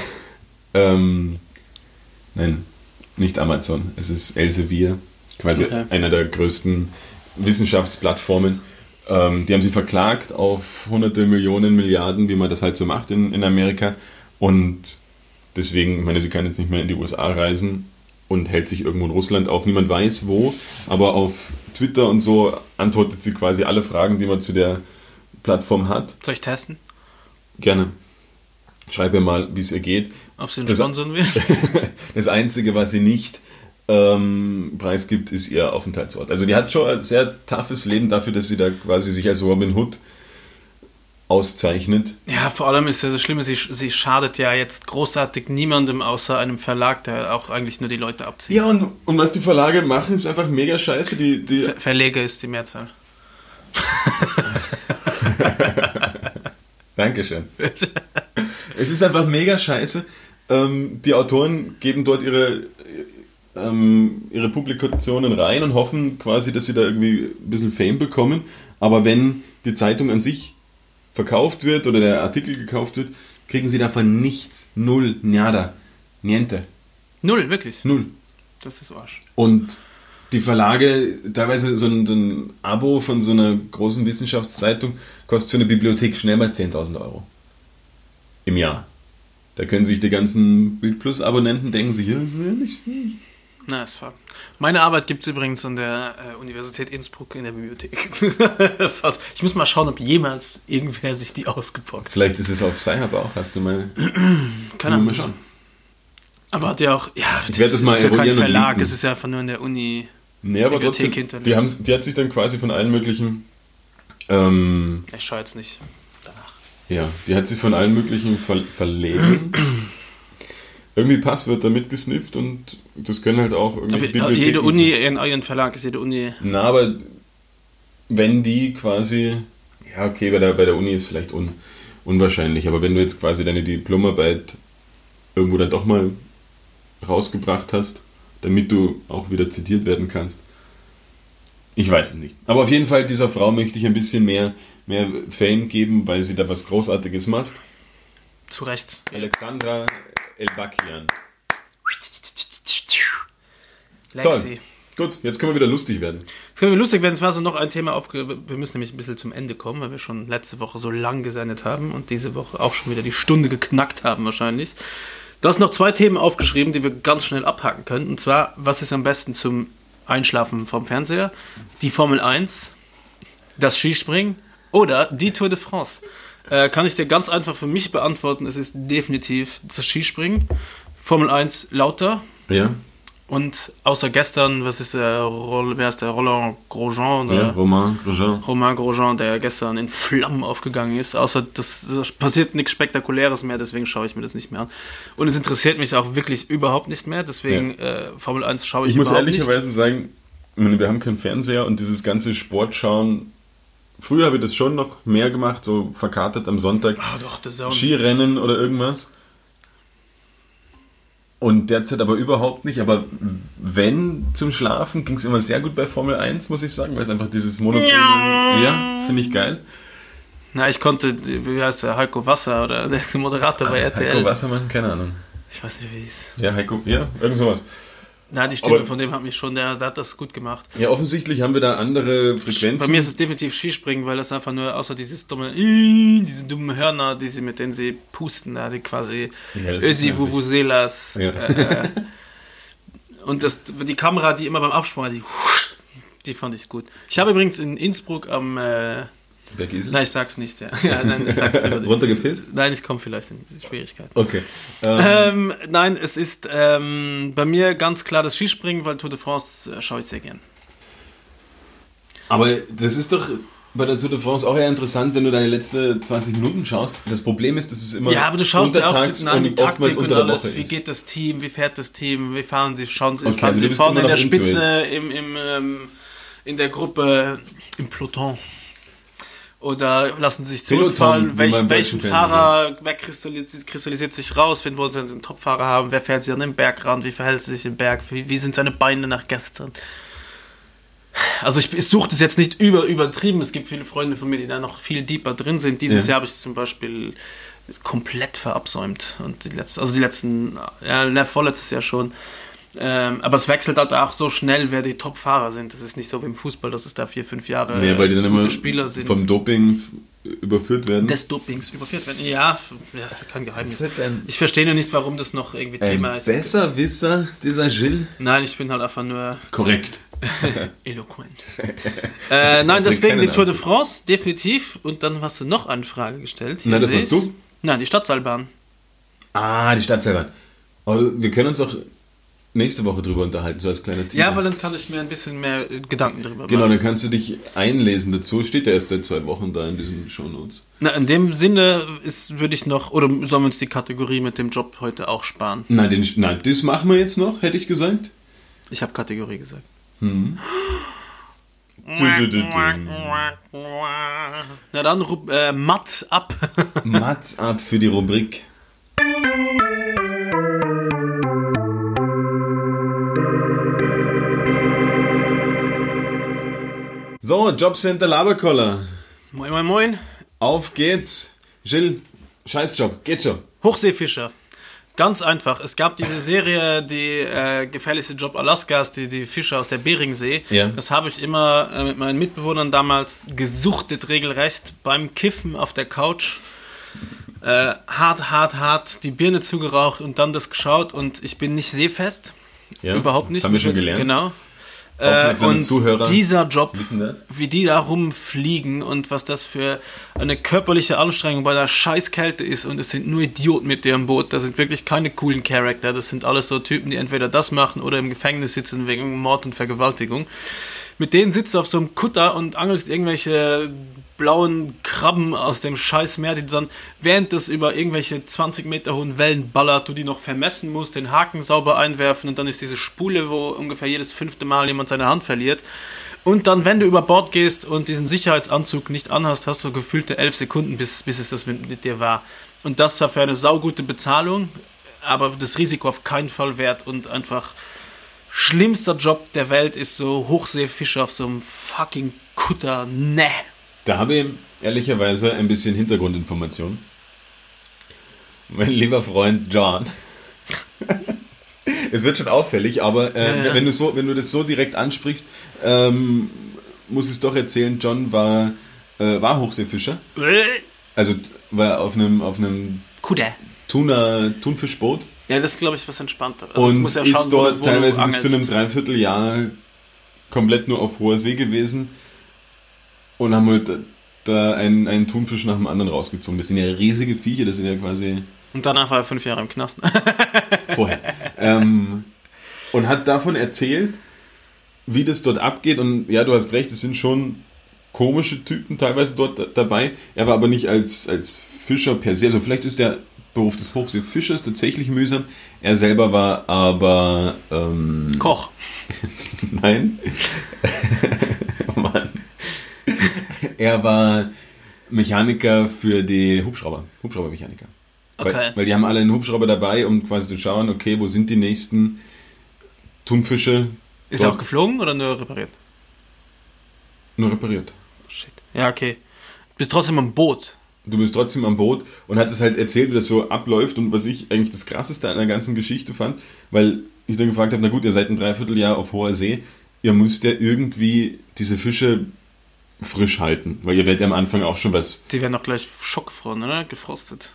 ähm, nein, nicht Amazon, es ist Elsevier, quasi Okay. einer der größten Wissenschaftsplattformen. Ähm, die haben sie verklagt auf hunderte Millionen, Milliarden, wie man das halt so macht in, in Amerika. Und deswegen, ich meine, sie kann jetzt nicht mehr in die U S A reisen und hält sich irgendwo in Russland auf. Niemand weiß wo, aber auf Twitter und so antwortet sie quasi alle Fragen, die man zu der Plattform hat. Soll ich testen, Gerne. Schreib mir mal, wie es ihr geht. ob sie einen Das- sponsern will? Das Einzige, was sie nicht ähm, preisgibt, ist ihr Aufenthaltsort. Also die hat schon ein sehr toughes Leben dafür, dass sie da quasi sich als Robin Hood auszeichnet. Ja, vor allem ist ja das Schlimme, sie, sie schadet ja jetzt großartig niemandem außer einem Verlag, der auch eigentlich nur die Leute abzieht. Ja, und, und was die Verlage machen, ist einfach mega scheiße. Die, die, Ver Verleger ist die Mehrzahl. Dankeschön. Es ist einfach mega scheiße. Ähm, die Autoren geben dort ihre, ähm, ihre Publikationen rein und hoffen quasi, dass sie da irgendwie ein bisschen Fame bekommen. Aber wenn die Zeitung an sich verkauft wird oder der Artikel gekauft wird, kriegen sie davon nichts. Null. Nada. Niente. Null, wirklich. Null. Das ist Arsch. Und die Verlage, teilweise so ein, so ein Abo von so einer großen Wissenschaftszeitung kostet für eine Bibliothek schnell mal zehntausend Euro. Im Jahr. Da können sich die ganzen Bildplus-Abonnenten denken sich, ja, das ist ja nicht. Na, ist wahr. Meine Arbeit gibt es übrigens an der äh, Universität Innsbruck in der Bibliothek. Fast. Ich muss mal schauen, ob jemals irgendwer sich die ausgebockt hat. Vielleicht ist es auf Sci-Hub auch, hast du mal. Keine Ahnung. Mal schauen. Aber hat ja auch, ja, Ich werde das mal ist ja kein eruieren und Verlag, leaken. es ist ja einfach nur in der Uni. Nee, aber Bibliothek trotzdem, hinterlegt. die, haben, die hat sich dann quasi von allen möglichen, ähm, Ich schaue jetzt nicht danach. ja, die hat sich von allen möglichen Ver Verlegen irgendwie Passwörter mitgesnifft und das können halt auch irgendwie Aber Bibliotheken. jede Uni, ihren eigenen Verlag ist jede Uni. Na, aber wenn die quasi, ja okay, bei der, bei der Uni ist vielleicht un, unwahrscheinlich, aber wenn du jetzt quasi deine Diplomarbeit irgendwo dann doch mal rausgebracht hast, damit du auch wieder zitiert werden kannst. Ich weiß es nicht. Aber auf jeden Fall, dieser Frau möchte ich ein bisschen mehr, mehr Fame geben, weil sie da was Großartiges macht. Zu Recht. Alexandra Elbakian. Lexi. Toll. Gut, jetzt können wir wieder lustig werden. Es können wir lustig werden, es war so noch ein Thema aufge... Wir müssen nämlich ein bisschen zum Ende kommen, weil wir schon letzte Woche so lang gesendet haben und diese Woche auch schon wieder die Stunde geknackt haben wahrscheinlich. Du hast noch zwei Themen aufgeschrieben, die wir ganz schnell abhaken können. Und zwar, was ist am besten zum Einschlafen vom Fernseher? Die Formel eins, das Skispringen oder die Tour de France? Äh, kann ich dir ganz einfach für mich beantworten, es ist definitiv das Skispringen. Formel eins lauter. Ja, Und außer gestern, was ist der, Roll- wer ist der Roland Grosjean? Oder? ja Romain Grosjean. Romain Grosjean, der gestern in Flammen aufgegangen ist. Außer das, das passiert nichts Spektakuläres mehr, deswegen schaue ich mir das nicht mehr an. Und es interessiert mich auch wirklich überhaupt nicht mehr, deswegen äh, Formel eins schaue ich, Ich muss überhaupt ehrlicherweise nicht. sagen, ich meine, wir haben keinen Fernseher und dieses ganze Sportschauen, früher habe ich das schon noch mehr gemacht, so verkartet am Sonntag, Ah, doch, das ist auch Skirennen oder irgendwas. Und derzeit aber überhaupt nicht, aber wenn zum Schlafen, ging es immer sehr gut bei Formel eins, muss ich sagen, weil es einfach dieses monotone, ja, finde ich geil. Na, ich konnte, wie heißt der, Heiko Wasser oder der Moderator bei R T L. Heiko Wassermann, keine Ahnung. Ich weiß nicht, wie es. Ja, Heiko, ja, irgend sowas. Na, die Stimme Aber- von dem hat mich schon, der, der hat das gut gemacht. Ja, offensichtlich haben wir da andere Frequenzen. Bei mir ist es definitiv Skispringen, weil das einfach nur, außer dieses dumme, diese dummen Hörner, die sie, mit denen sie pusten, da, die quasi Ja, das ist Ösi nervig. Vuvuzelas. Ja. Äh, und das, die Kamera, die immer beim Absprung, die, die fand ich gut. Ich habe übrigens in Innsbruck am, äh, Der Giesel? nein, ich sag's nicht, ja. ja nein, ich sag's lieber nicht. Runtergepisst? Nein, ich komme vielleicht in Schwierigkeiten. Okay. Ähm, Ähm, nein, es ist ähm, bei mir ganz klar das Skispringen, weil Tour de France äh, schaue ich sehr gern. aber das ist doch bei der Tour de France auch eher interessant, wenn du deine letzten zwanzig Minuten schaust. Das Problem ist, dass es immer Ja, aber du schaust ja auch untertags die, nein, die und oftmals Taktik und unter der alles. Woche Wie ist. geht das Team? Wie fährt das Team? Wie fahren sie? Schauen sie, Okay, fahren also du sie bist vorne immer in der noch into Spitze, im, im, ähm, in der Gruppe, im Peloton? Oder lassen sie sich Peloton, zurückfallen? wie Welch, man im welchen deutschen Fahrer, wer kristallisiert, kristallisiert sich raus? Wen wollen sie einen Topfahrer haben? Wer fährt sie an den Bergrand? Wie verhält sie sich im Berg? Wie, wie sind seine Beine nach gestern? Also ich, ich suche das jetzt nicht über, übertrieben. Es gibt viele Freunde von mir, die da noch viel deeper drin sind. Dieses Ja. Jahr habe ich es zum Beispiel komplett verabsäumt. Und die letzten, also die letzten, ja, ne, vorletztes Jahr schon. Ähm, aber es wechselt halt auch so schnell, wer die Top-Fahrer sind. Das ist nicht so wie im Fußball, dass es da vier, fünf Jahre Nee, weil die dann gute immer Spieler sind. vom Doping überführt werden. des Dopings überführt werden. Ja, das ist kein Geheimnis. Das ist ein- Ich verstehe nur nicht, warum das noch irgendwie Thema Ein ist. Besserwisser, dieser Gilles. Nein, ich bin halt einfach nur Korrekt. eloquent. äh, nein, deswegen die keinen Tour de Anzug. France, definitiv. Und dann hast du noch eine Frage gestellt. Hier Na, das sehe warst ich's. du? Nein, die Stadtseilbahn. Ah, die Stadtseilbahn. Aber wir können uns auch nächste Woche drüber unterhalten, so als kleiner Teaser. Ja, weil dann kann ich mir ein bisschen mehr äh, Gedanken drüber Genau, machen. dann kannst du dich einlesen dazu. Steht ja erst seit zwei Wochen da in diesen Shownotes. Na, in dem Sinne ist, würde ich noch, oder sollen wir uns die Kategorie mit dem Job heute auch sparen? Nein, den, nein, das machen wir jetzt noch, hätte ich gesagt. Ich habe Kategorie gesagt. Du, du, du, du. Na dann, Rub- äh, Matt ab. Mats ab für die Rubrik. So, Jobcenter Laberkoller. Moin, moin, moin. Auf geht's. Gilles, Scheißjob, geht schon. Hochseefischer. Ganz einfach. Es gab diese Serie, die äh, gefährlichste Job Alaskas, die, die Fischer aus der Beringsee. Ja. Das habe ich immer äh, mit meinen Mitbewohnern damals gesuchtet, regelrecht, beim Kiffen auf der Couch. Äh, hart, hart, hart, die Birne zugeraucht und dann das geschaut und ich bin nicht seefest. Ja, Überhaupt nicht. haben wir schon gelernt. Genau. Äh, Aufmerksame und Zuhörer dieser Job, wissen das. wie die da rumfliegen und was das für eine körperliche Anstrengung bei der Scheißkälte ist und es sind nur Idioten mit dir im Boot, das sind wirklich keine coolen Charakter, das sind alles so Typen, die entweder das machen oder im Gefängnis sitzen wegen Mord und Vergewaltigung. Mit denen sitzt du auf so einem Kutter und angelst irgendwelche blauen Krabben aus dem Scheißmeer, die du dann, während das über irgendwelche zwanzig Meter hohen Wellen ballert, du die noch vermessen musst, den Haken sauber einwerfen und dann ist diese Spule, wo ungefähr jedes fünfte Mal jemand seine Hand verliert. Und dann, wenn du über Bord gehst und diesen Sicherheitsanzug nicht anhast, hast du gefühlte elf Sekunden, bis, bis es das mit, mit dir war. Und das war für eine saugute Bezahlung, aber das Risiko auf keinen Fall wert und einfach schlimmster Job der Welt ist so Hochseefischer auf so einem fucking Kutter. Ne. Da habe ich ehrlicherweise ein bisschen Hintergrundinformation. Mein lieber Freund John. Es wird schon auffällig, aber äh, Ja, ja. Wenn, du so, wenn du das so direkt ansprichst, ähm, muss ich es doch erzählen, John war, äh, war Hochseefischer. Also t- war auf einem, auf einem Kutter. Tuna, Thunfischboot. Ja, das ist, glaube ich, was entspannter. Also Und ich muss ja ist schauen, wo dort du, wo teilweise du bis zu einem angelst. Dreivierteljahr komplett nur auf hoher See gewesen und haben halt da einen, einen Thunfisch nach dem anderen rausgezogen. Das sind ja riesige Viecher, das sind ja quasi Und danach war er fünf Jahre im Knast. vorher. ähm, und hat davon erzählt, wie das dort abgeht. Und ja, du hast recht, es sind schon komische Typen teilweise dort da- dabei. Er war aber nicht als, als Fischer per se. Also vielleicht ist der Beruf des Hochseefischers tatsächlich mühsam. Er selber war aber... Ähm, Koch. Nein. Mann. Er war Mechaniker für die Hubschrauber. Hubschraubermechaniker. Okay. Weil, weil die haben alle einen Hubschrauber dabei, um quasi zu schauen, okay, wo sind die nächsten Thunfische? Ist er Dort auch geflogen oder nur repariert? nur repariert. Shit. Ja, okay. Bist trotzdem am Boot. Du bist trotzdem am Boot und hat es halt erzählt, wie das so abläuft und was ich eigentlich das Krasseste an der ganzen Geschichte fand, weil ich dann gefragt habe, na gut, ihr seid ein Dreivierteljahr auf hoher See, ihr müsst ja irgendwie diese Fische frisch halten, weil ihr werdet ja am Anfang auch schon was... Die werden doch gleich schockgefroren, oder? Gefrostet.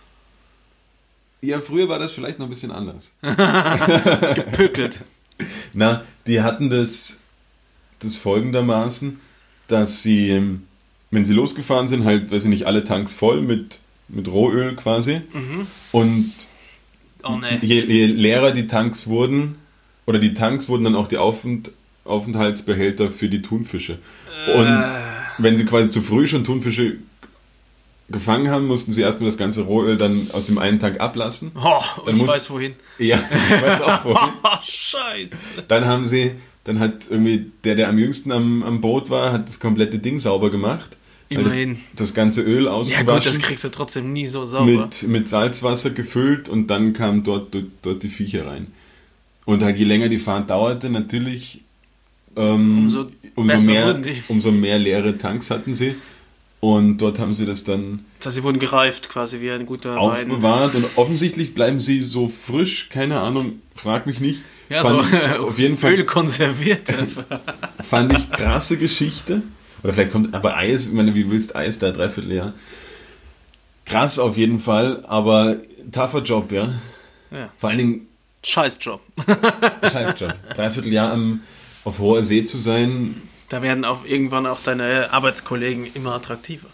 Ja, früher war das vielleicht noch ein bisschen anders. Gepökelt. Na, die hatten das, das folgendermaßen, dass sie, ähm, wenn sie losgefahren sind, halt, weiß ich nicht, alle Tanks voll mit, mit Rohöl quasi. Und Oh ne. je, je leerer die Tanks wurden, oder die Tanks wurden dann auch die Aufent, Aufenthaltsbehälter für die Thunfische. Und wenn sie quasi zu früh schon Thunfische gefangen haben, mussten sie erstmal das ganze Rohöl dann aus dem einen Tank ablassen. Oh, Dann ich muss- weiß wohin. Ja, ich weiß auch wohin. Oh, scheiße. Dann haben sie, dann hat irgendwie der, der am jüngsten am, am Boot war, hat das komplette Ding sauber gemacht. Weil Immerhin. Das, das ganze Öl Ja ausgewaschen, gut, das kriegst du trotzdem nie so sauber. mit, mit Salzwasser gefüllt und dann kamen dort, dort, dort die Viecher rein. Und halt je länger die Fahrt dauerte, natürlich ähm, Umso umso, besser mehr, wurden die. umso mehr leere Tanks hatten sie. Und dort haben sie das dann Das heißt, sie wurden gereift quasi wie ein guter Wein. aufbewahrt. Und offensichtlich bleiben sie so frisch, keine Ahnung, frag mich nicht. Ja, Fand so ich auf jeden Fall Öl konserviert. fand ich krasse Geschichte. Oder vielleicht kommt aber Eis, ich meine, wie willst Eis da, dreiviertel Jahr? Krass auf jeden Fall, aber tougher Job, ja. Ja. Vor allen Dingen Scheißjob. Scheißjob. Dreiviertel Jahr am, auf hoher See zu sein. Da werden auch irgendwann auch deine Arbeitskollegen immer attraktiver.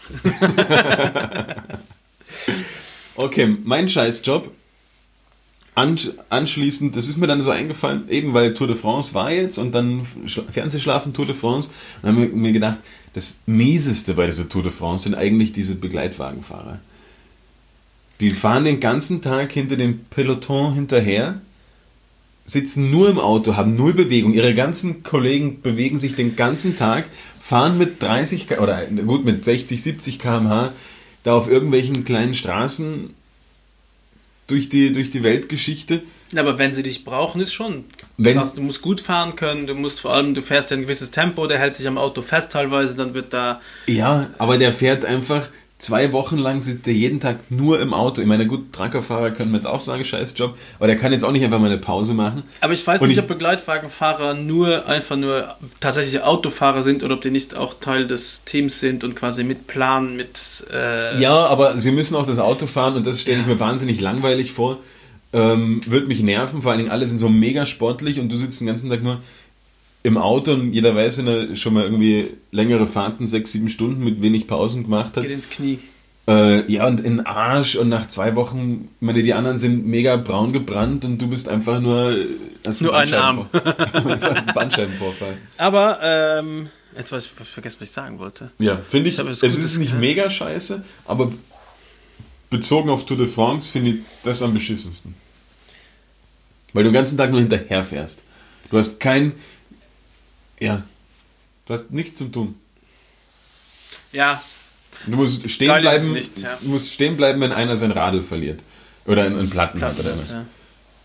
Okay, mein Scheißjob. Ansch anschließend, das ist mir dann so eingefallen, eben weil Tour de France war jetzt und dann Schla Fernsehschlafen Tour de France. Und dann habe ich mir gedacht, das Mieseste bei dieser Tour de France sind eigentlich diese Begleitwagenfahrer. Die fahren den ganzen Tag hinter dem Peloton hinterher, sitzen nur im Auto, haben null Bewegung. Ihre ganzen Kollegen bewegen sich den ganzen Tag, fahren mit dreißig K- oder gut mit sechzig, siebzig Kilometer pro Stunde da auf irgendwelchen kleinen Straßen durch die, durch die Weltgeschichte. Aber wenn sie dich brauchen, ist schon Wenn- krass. Du musst gut fahren können, du musst vor allem, du fährst ja ein gewisses Tempo, der hält sich am Auto fest teilweise, dann wird da... Ja, aber der fährt einfach zwei Wochen lang, sitzt er jeden Tag nur im Auto. Ich meine, gut, Truckerfahrer können wir jetzt auch sagen, scheiß Job, aber der kann jetzt auch nicht einfach mal eine Pause machen. Aber ich weiß Und nicht, ich- ob Begleitwagenfahrer nur einfach nur tatsächliche Autofahrer sind oder ob die nicht auch Teil des Teams sind und quasi mitplanen, mit... Äh, Ja, aber sie müssen auch das Auto fahren und das stelle ich mir wahnsinnig langweilig vor. Ähm, wird mich nerven, vor allen Dingen alle sind so mega sportlich und du sitzt den ganzen Tag nur im Auto und jeder weiß, wenn er schon mal irgendwie längere Fahrten, sechs, sieben Stunden mit wenig Pausen gemacht hat. Geht ins Knie. Äh, ja, und in den Arsch und nach zwei Wochen, ich meine, die anderen sind mega braun gebrannt und du bist einfach nur... Hast Nur einen Arm. Bandscheibenvor- du hast einen Bandscheibenvorfall. Aber, ähm, jetzt weiß ich, ich vergessen, was ich sagen wollte. Ja, finde ich, Ich habe es es gut- ist nicht ja. mega scheiße, aber bezogen auf Tour de France finde ich das am beschissensten. Weil du den ganzen Tag nur hinterher fährst. Du hast kein... Ja, du hast nichts zum tun. Ja, Du musst stehen Geil ist es bleiben, nicht, ja. du musst stehen bleiben, wenn einer sein Radl verliert. Oder einen, einen Platten, hat oder was. ja.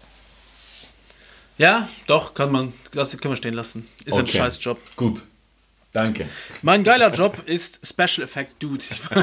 Ja, doch, kann man, lass, können wir stehen lassen. Ist ein Okay. scheiß Job. Gut. Danke. Mein geiler Job ist Special Effect Dude.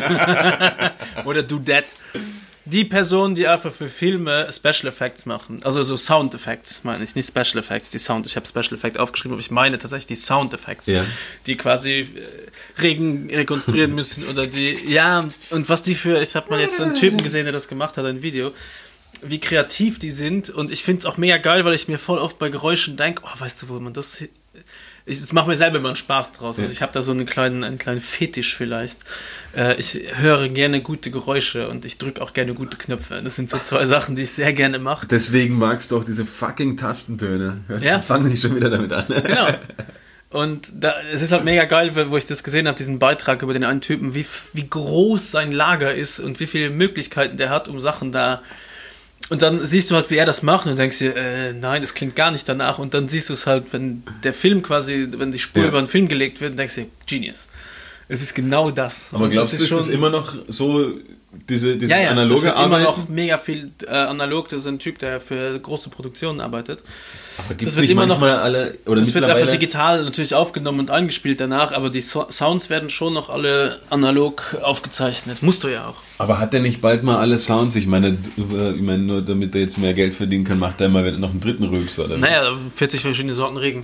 Oder Dudette. Die Person, die einfach für Filme Special Effects machen. Also so Sound Effects, meine ich. Nicht Special Effects, die Sound. Ich habe Special Effect aufgeschrieben, aber ich meine tatsächlich die Sound Effects. Ja. Die quasi äh, Regen rekonstruieren müssen. Oder die, ja, und was die für, ich habe mal jetzt einen Typen gesehen, der das gemacht hat, ein Video. Wie kreativ die sind. Und ich finde es auch mega geil, weil ich mir voll oft bei Geräuschen denke, oh, weißt du, wo man das... Ich, das macht mir selber immer einen Spaß draus. Also Ja. ich habe da so einen kleinen, einen kleinen Fetisch vielleicht. Äh, ich höre gerne gute Geräusche und ich drücke auch gerne gute Knöpfe. Das sind so zwei Sachen, die ich sehr gerne mache. Deswegen magst du auch diese fucking Tastentöne. Ja. Fang nicht schon wieder damit an. Genau. Und da, es ist halt mega geil, wo ich das gesehen habe, diesen Beitrag über den einen Typen, wie, wie groß sein Lager ist und wie viele Möglichkeiten der hat, um Sachen da... Und dann siehst du halt, wie er das macht und denkst dir, äh, nein, das klingt gar nicht danach. Und dann siehst du es halt, wenn der Film quasi, wenn die Spur Ja. über einen Film gelegt wird, und denkst dir, Genius. Es ist genau das. Aber Und glaubst das du, ist das immer noch so, diese, dieses ja, ja, analoge das wird immer Arbeiten? noch mega viel äh, analog. Das ist ein Typ, der für große Produktionen arbeitet. Aber das gibt's wird nicht immer noch- manchmal alle, oder Das wird einfach mittlerweile... digital natürlich aufgenommen und eingespielt danach, aber die so- Sounds werden schon noch alle analog aufgezeichnet. Musst du ja auch. Aber hat der nicht bald mal alle Sounds? Ich meine, d- ich meine, nur damit er jetzt mehr Geld verdienen kann, macht er mal noch einen dritten Rülpser, oder? Naja, vierzig verschiedene Sorten Regen.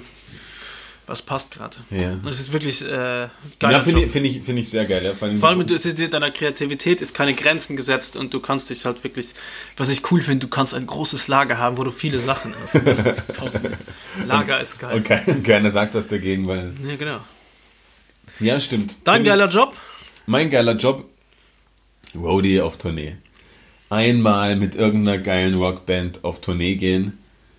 Was passt gerade. Ja. Und es ist wirklich äh, Ja, geil. finde ich, find ich, find ich sehr geil. Ja. Vor allem, Vor allem, du, es ist, deiner Kreativität ist keine Grenzen gesetzt und du kannst dich halt wirklich, was ich cool finde, du kannst ein großes Lager haben, wo du viele Sachen hast. Das ist toll. Lager ist geil. und kein, keiner sagt was dagegen, weil... Ja, genau. Ja, stimmt. Dein Find ich- geiler Job? Mein geiler Job, Roadie auf Tournee. Einmal mit irgendeiner geilen Rockband auf Tournee gehen.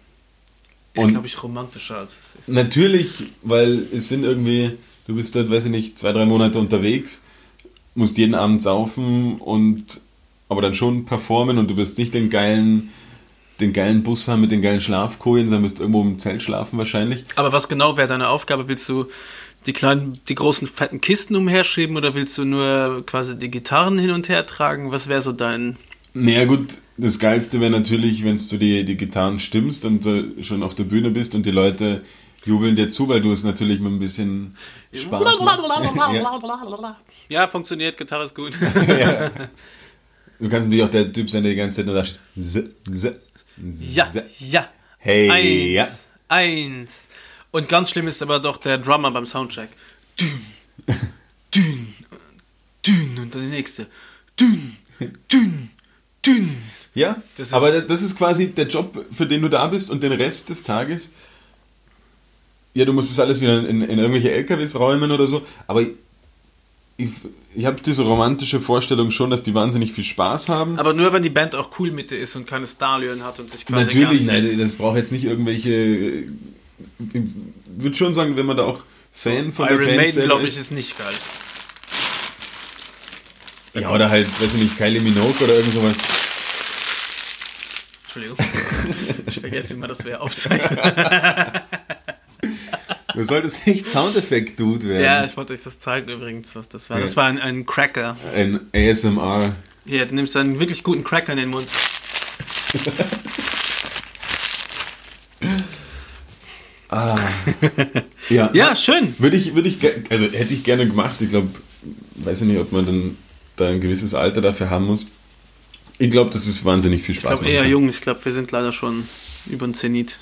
Ist, Und- glaube ich, romantischer als es ist. Natürlich, weil es sind irgendwie, du bist dort, weiß ich nicht, zwei, drei Monate unterwegs, musst jeden Abend saufen und aber dann schon performen und du wirst nicht den geilen, den geilen Bus haben mit den geilen Schlafkojen, sondern wirst irgendwo im Zelt schlafen wahrscheinlich. Aber was genau wäre deine Aufgabe? Willst du die kleinen, die großen, fetten Kisten umherschieben oder willst du nur quasi die Gitarren hin und her tragen? Was wäre so dein... Naja gut, das Geilste wäre natürlich, wenn du die, die Gitarren stimmst und äh, schon auf der Bühne bist und die Leute jubeln dir zu, weil du es natürlich mit ein bisschen Spaß machst. ja. Ja, funktioniert, Gitarre ist gut. Ja. Du kannst natürlich auch der Typ sein, der die ganze Zeit nur sagt, z, z, Ja, z. ja. Hey, eins, ja. eins. Und ganz schlimm ist aber doch der Drummer beim Soundcheck. Dün, dün, dün und dann die nächste. Dün, dün, dün. Ja, Das ist- aber das ist quasi der Job, für den du da bist und den Rest des Tages, ja, du musst das alles wieder in, in irgendwelche L K Ws räumen oder so, aber ich, ich habe diese romantische Vorstellung schon, dass die wahnsinnig viel Spaß haben. Aber nur, wenn die Band auch cool mit dir ist und keine Starlöhren hat und sich quasi Natürlich, gar nicht... nein, das braucht jetzt nicht irgendwelche, ich würde schon sagen, wenn man da auch Fan von der Iron Band Maiden, selber glaube ich, ist. ist nicht geil. Ja, oder halt, weiß ich nicht, Kylie Minogue oder irgend sowas. Entschuldigung. Ich vergesse immer, dass wir aufzeichnen. Du solltest echt Soundeffekt-Dude werden. Ja, ich wollte euch das zeigen übrigens, was das war. Das Ja. war ein, ein Cracker. Ein A S M R. Hier, du nimmst einen wirklich guten Cracker in den Mund. ah. Ja, Ja, schön. Würde ich, würde ich, ge- also hätte ich gerne gemacht. Ich glaube, weiß ich nicht, ob man dann da ein gewisses Alter dafür haben muss. Ich glaube, das ist wahnsinnig viel Ich Spaß. glaube eher jung. Ich glaube, wir sind leider schon über den Zenit,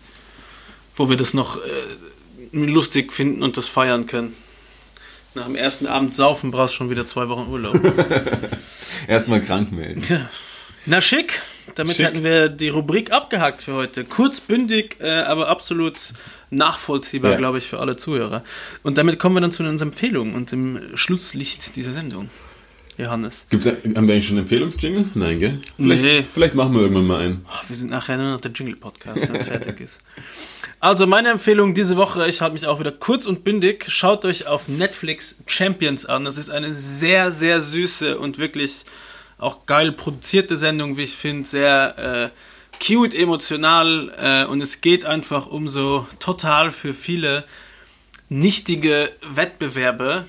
wo wir das noch äh, lustig finden und das feiern können. Nach dem ersten Abend saufen brauchst du schon wieder zwei Wochen Urlaub. Erstmal krank melden. Ja. Na schick, damit Schick. hätten wir die Rubrik abgehakt für heute. Kurz, bündig, äh, aber absolut nachvollziehbar, Ja. glaube ich, für alle Zuhörer. Und damit kommen wir dann zu unseren Empfehlungen und dem Schlusslicht dieser Sendung. Johannes. Gibt's, haben wir eigentlich schon einen Empfehlungsjingle? Nein, gell? Vielleicht, Nee. vielleicht machen wir irgendwann mal einen. Oh, wir sind nachher nur noch der Jingle-Podcast, wenn es fertig ist. Also meine Empfehlung diese Woche, ich halte mich auch wieder kurz und bündig, schaut euch auf Netflix Champions an. Das ist eine sehr, sehr süße und wirklich auch geil produzierte Sendung, wie ich finde, sehr äh, cute, emotional äh, und es geht einfach um so total für viele nichtige Wettbewerbe,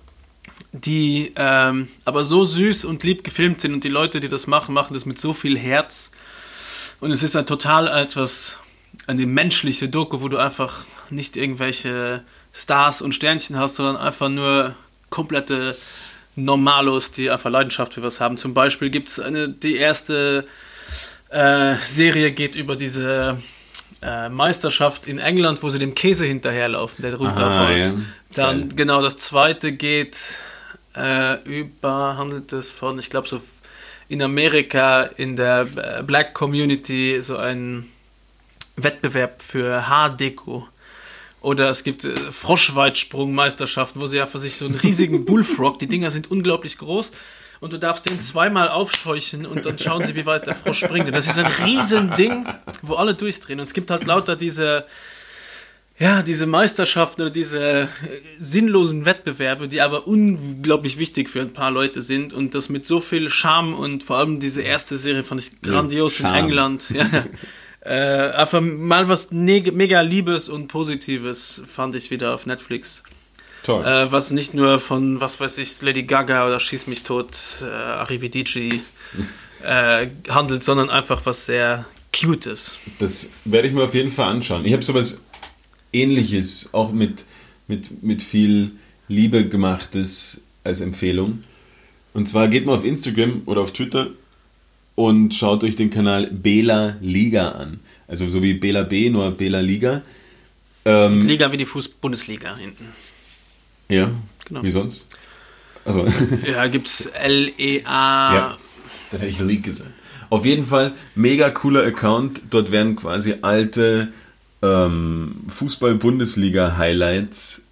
die ähm, aber so süß und lieb gefilmt sind und die Leute, die das machen, machen das mit so viel Herz und es ist ein total etwas, eine menschliche Doku, wo du einfach nicht irgendwelche Stars und Sternchen hast, sondern einfach nur komplette Normalos, die einfach Leidenschaft für was haben. Zum Beispiel gibt es eine, die erste äh, Serie geht über diese äh, Meisterschaft in England, wo sie dem Käse hinterherlaufen, der runterfällt. ja. Dann Geil. genau das zweite geht äh, über, handelt es von, ich glaube so in Amerika in der äh, Black Community so ein Wettbewerb für Haardeko. Oder es gibt äh, Froschweitsprung-Meisterschaften, wo sie ja für sich so einen riesigen Bullfrog, die Dinger sind unglaublich groß und du darfst den zweimal aufscheuchen und dann schauen sie, wie weit der Frosch springt. Und das ist ein riesen Ding, wo alle durchdrehen. Und es gibt halt lauter diese, ja, diese Meisterschaften oder diese äh, sinnlosen Wettbewerbe, die aber unglaublich wichtig für ein paar Leute sind und das mit so viel Charme und vor allem diese erste Serie fand ich grandios Ja, in Charme. England. Ja. Äh, einfach mal was neg- mega Liebes und Positives fand ich wieder auf Netflix. Toll. Äh, was nicht nur von, was weiß ich, Lady Gaga oder Schieß mich tot, äh, Arrivederci äh, handelt, sondern einfach was sehr Cutes. Das werde ich mir auf jeden Fall anschauen. Ich habe sowas Ähnliches, auch mit, mit, mit viel Liebe gemachtes als Empfehlung. Und zwar geht mal auf Instagram oder auf Twitter und schaut euch den Kanal Bela Liga an. Also so wie Bela B, nur Bela Liga. Ähm, Liga wie die Fuß-Bundesliga hinten. ja, Genau. wie sonst? Also, Ja, gibt's L E A. ja, da hätte ich League gesagt. Auf jeden Fall, mega cooler Account. Dort werden quasi alte ähm, Fußball-Bundesliga-Highlights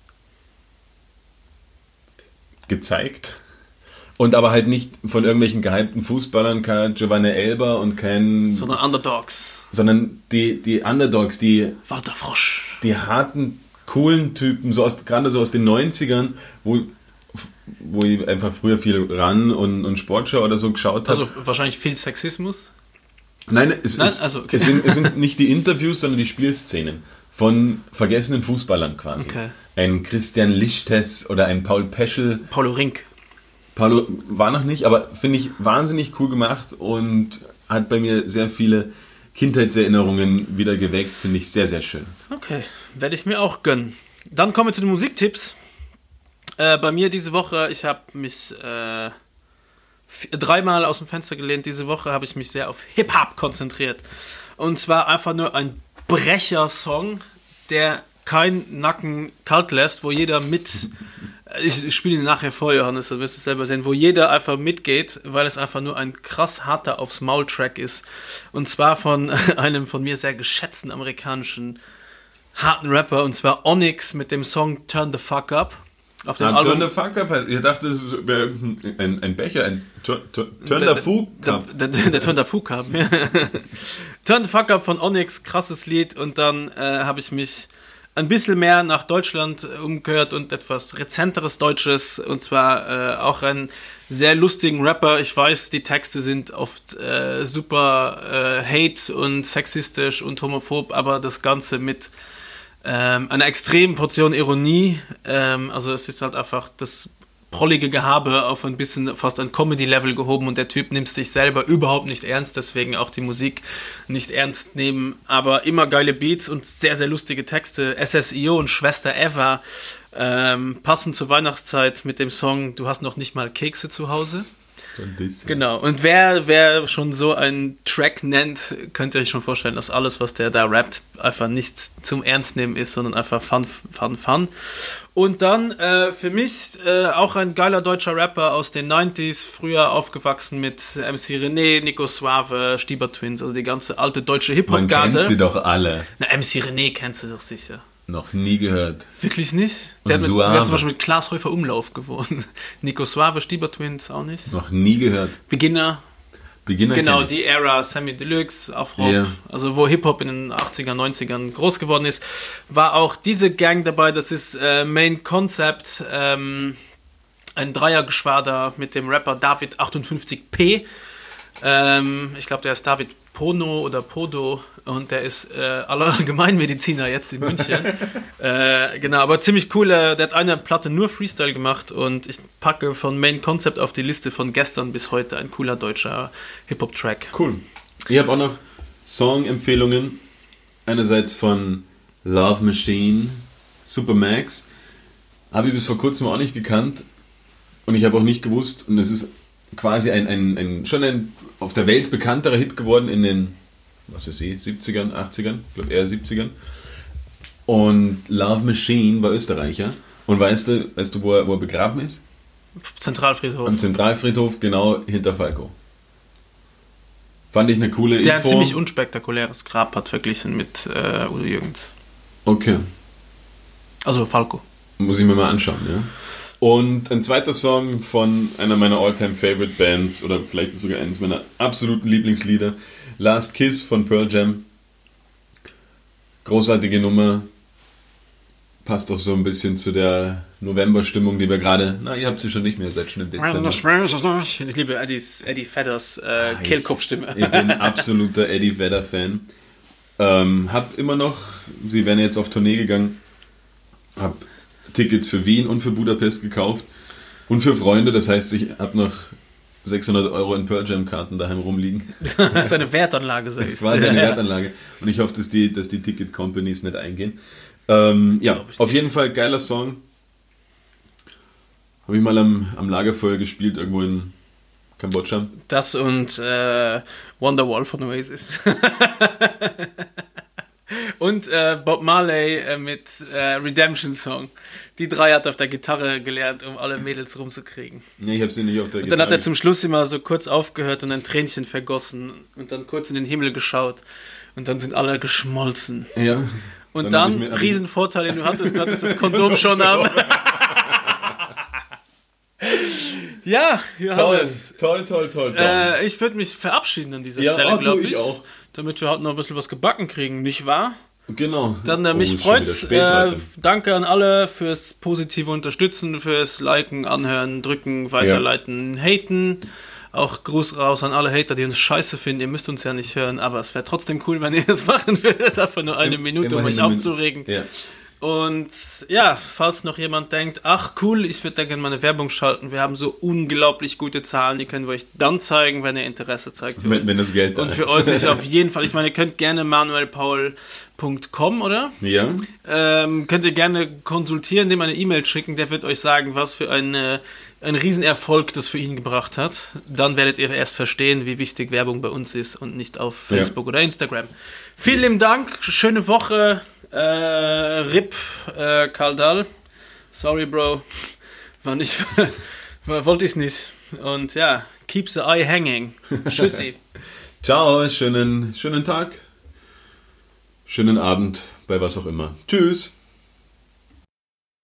gezeigt. Und aber halt nicht von irgendwelchen gehypten Fußballern, kein Giovanni Elber und kein... Sondern Underdogs. sondern die, die Underdogs, die, Walter Frosch. die harten, coolen Typen, so aus, gerade so aus den neunzigern, wo, wo ich einfach früher viel Ran und, und Sportschau oder so geschaut habe. Also wahrscheinlich viel Sexismus. Nein, es, Nein? es, Also, okay. es, sind, es sind nicht die Interviews, sondern die Spielszenen von vergessenen Fußballern quasi. Okay. Ein Christian Lichtes oder ein Paul Peschel. Paulo Rink. Paulo war noch nicht, aber finde ich wahnsinnig cool gemacht und hat bei mir sehr viele Kindheitserinnerungen wieder geweckt. Finde ich sehr, sehr schön. Okay, werde ich mir auch gönnen. Dann kommen wir zu den Musiktipps. Äh, bei mir diese Woche, ich habe mich äh, f- dreimal aus dem Fenster gelehnt. Diese Woche habe ich mich sehr auf Hip-Hop konzentriert. Und zwar einfach nur ein Brecher-Song, der keinen Nacken kalt lässt, wo jeder mit... Ich, ich spiele ihn nachher vor, Johannes, dann wirst du es selber sehen, wo jeder einfach mitgeht, weil es einfach nur ein krass harter aufs Maul-Track ist. Und zwar von einem von mir sehr geschätzten amerikanischen harten Rapper, und zwar Onyx mit dem Song Turn the Fuck Up. Auf dem Ah, Album. Turn the Fuck Up, ich dachte, es wäre ein, ein Becher, ein Turn, turn, turn the Fuck Der, Up. der, der, der Turn the Fuck Up. Turn the Fuck Up von Onyx, krasses Lied. Und dann äh, habe ich mich ein bisschen mehr nach Deutschland umgehört und etwas rezenteres Deutsches, und zwar äh, auch einen sehr lustigen Rapper. Ich weiß, die Texte sind oft äh, super äh, hate und sexistisch und homophob, aber das Ganze mit ähm, einer extremen Portion Ironie. Ähm, also es ist halt einfach das prollige Gehabe auf ein bisschen fast ein Comedy-Level gehoben und der Typ nimmt sich selber überhaupt nicht ernst, deswegen auch die Musik nicht ernst nehmen, aber immer geile Beats und sehr, sehr lustige Texte. S S I O und Schwester Eva ähm, passen zur Weihnachtszeit mit dem Song Du hast noch nicht mal Kekse zu Hause. So ein bisschen. Genau, und wer, wer schon so einen Track nennt, könnt ihr euch schon vorstellen, dass alles, was der da rappt, einfach nicht zum Ernst nehmen ist, sondern einfach Fun, Fun, Fun. Und dann äh, für mich äh, auch ein geiler deutscher Rapper aus den neunziger, früher aufgewachsen mit M C René, Nico Suave, Stieber Twins, also die ganze alte deutsche Man Hip-Hop-Garde. kennt sie doch alle. Na, M C René kennst du doch sicher. Noch nie gehört. Wirklich nicht? Der hat, mit, Suave. der hat zum Beispiel mit Klaas Häufer Umlauf gewohnt. Nico Suave, Stieber Twins auch nicht. Noch nie gehört. Beginner. Beginner Genau, kenn ich. die Ära, Sammy Deluxe, Afro, Ja. also wo Hip-Hop in den achtziger, neunzigern groß geworden ist, war auch diese Gang dabei, das ist äh, Main Concept, ähm, ein Dreiergeschwader mit dem Rapper David achtundfünfzig P. Ähm, ich glaube, der ist David Pono oder Podo und der ist äh, Allgemeinmediziner jetzt in München. äh, genau, aber ziemlich cool. Äh, der hat eine Platte nur Freestyle gemacht und ich packe von Main Concept auf die Liste von gestern bis heute ein cooler deutscher Hip-Hop-Track. Cool. Ich habe auch noch Song-Empfehlungen. Einerseits von Love Machine, Supermax. Habe ich bis vor kurzem auch nicht gekannt und ich habe auch nicht gewusst, und es ist quasi ein, ein, ein schon ein auf der Welt bekannterer Hit geworden in den, was weiß ich, siebzigern, achtzigern, ich glaube eher siebzigern. Und Love Machine war Österreicher. Und weißt du, weißt du wo, er, wo er begraben ist? Zentralfriedhof. Am Zentralfriedhof, genau hinter Falco. Fand ich eine coole Der ein Info. ziemlich unspektakuläres Grab hat verglichen mit äh, Udo Jürgens. Okay, Also Falco. muss ich mir mal anschauen, ja. Und ein zweiter Song von einer meiner All-Time-Favorite-Bands, oder vielleicht ist sogar eines meiner absoluten Lieblingslieder, Last Kiss von Pearl Jam. Großartige Nummer. Passt auch so ein bisschen zu der November-Stimmung, die wir gerade, na, ihr habt sie schon nicht mehr, seid schon im Dezember. Ich liebe Eddies, Eddie Vedders äh, Kehlkopfstimme. Ich bin absoluter Eddie Vedder-Fan. Ähm, hab immer noch, sie wären jetzt auf Tournee gegangen, hab Tickets für Wien und für Budapest gekauft und für Freunde, das heißt, ich habe noch sechshundert Euro in Pearl Jam Karten daheim rumliegen. Das ist eine Wertanlage, so Das ist ist quasi eine Wertanlage und ich hoffe, dass die, dass die Ticket Companies nicht eingehen. Ähm, ja, Glaub ich auf nicht. jeden Fall geiler Song. Habe ich mal am, am Lagerfeuer gespielt, irgendwo in Kambodscha. Das und äh, Wonderwall von Oasis. Und äh, Bob Marley äh, mit äh, Redemption Song. Die drei hat er auf der Gitarre gelernt, um alle Mädels rumzukriegen. Nee, ich habe sie nicht auf der Und dann hat er Gitarre- zum Schluss immer so kurz aufgehört und ein Tränchen vergossen und dann kurz in den Himmel geschaut und dann sind alle geschmolzen. Ja. Und Dann dann, hab ich mir- hab ich- Riesenvorteil, den du hattest, du hattest das Kondom schon an. Ja, Toll, Johannes. toll, toll, toll, toll. Äh, ich würde mich verabschieden an dieser Ja, Stelle, oh, du, glaube ich ich. auch. Damit wir halt noch ein bisschen was gebacken kriegen, nicht wahr? Genau. Dann äh, Oh, mich ist schon wieder freut's. spät Äh, heute. danke an alle fürs positive Unterstützen, fürs Liken, Anhören, Drücken, Weiterleiten, Haten. Auch Gruß raus an alle Hater, die uns scheiße finden. Ihr müsst uns ja nicht hören, aber es wäre trotzdem cool, wenn ihr es machen würdet. Einfach nur eine Im- Minute, um immerhin euch eine Min- aufzuregen. Ja. Und ja, falls noch jemand denkt, ach cool, ich würde da gerne meine Werbung schalten, wir haben so unglaublich gute Zahlen, die können wir euch dann zeigen, wenn ihr Interesse zeigt für Wenn, uns. wenn das Geld da Und für ist. euch ist auf jeden Fall, ich meine, ihr könnt gerne manuel paul punkt com, oder? Ja. Ähm, könnt ihr gerne konsultieren, dem eine E-Mail schicken, der wird euch sagen, was für eine, ein Riesenerfolg das für ihn gebracht hat. Dann werdet ihr erst verstehen, wie wichtig Werbung bei uns ist und nicht auf Facebook oder Instagram. Vielen lieben Dank, schöne Woche, äh, R I P, äh, Karl Dahl. Sorry, Bro, war nicht, war, wollte ich nicht. Und ja, keep the eye hanging. Tschüssi. Ciao, schönen, schönen Tag. Schönen Abend bei was auch immer. Tschüss.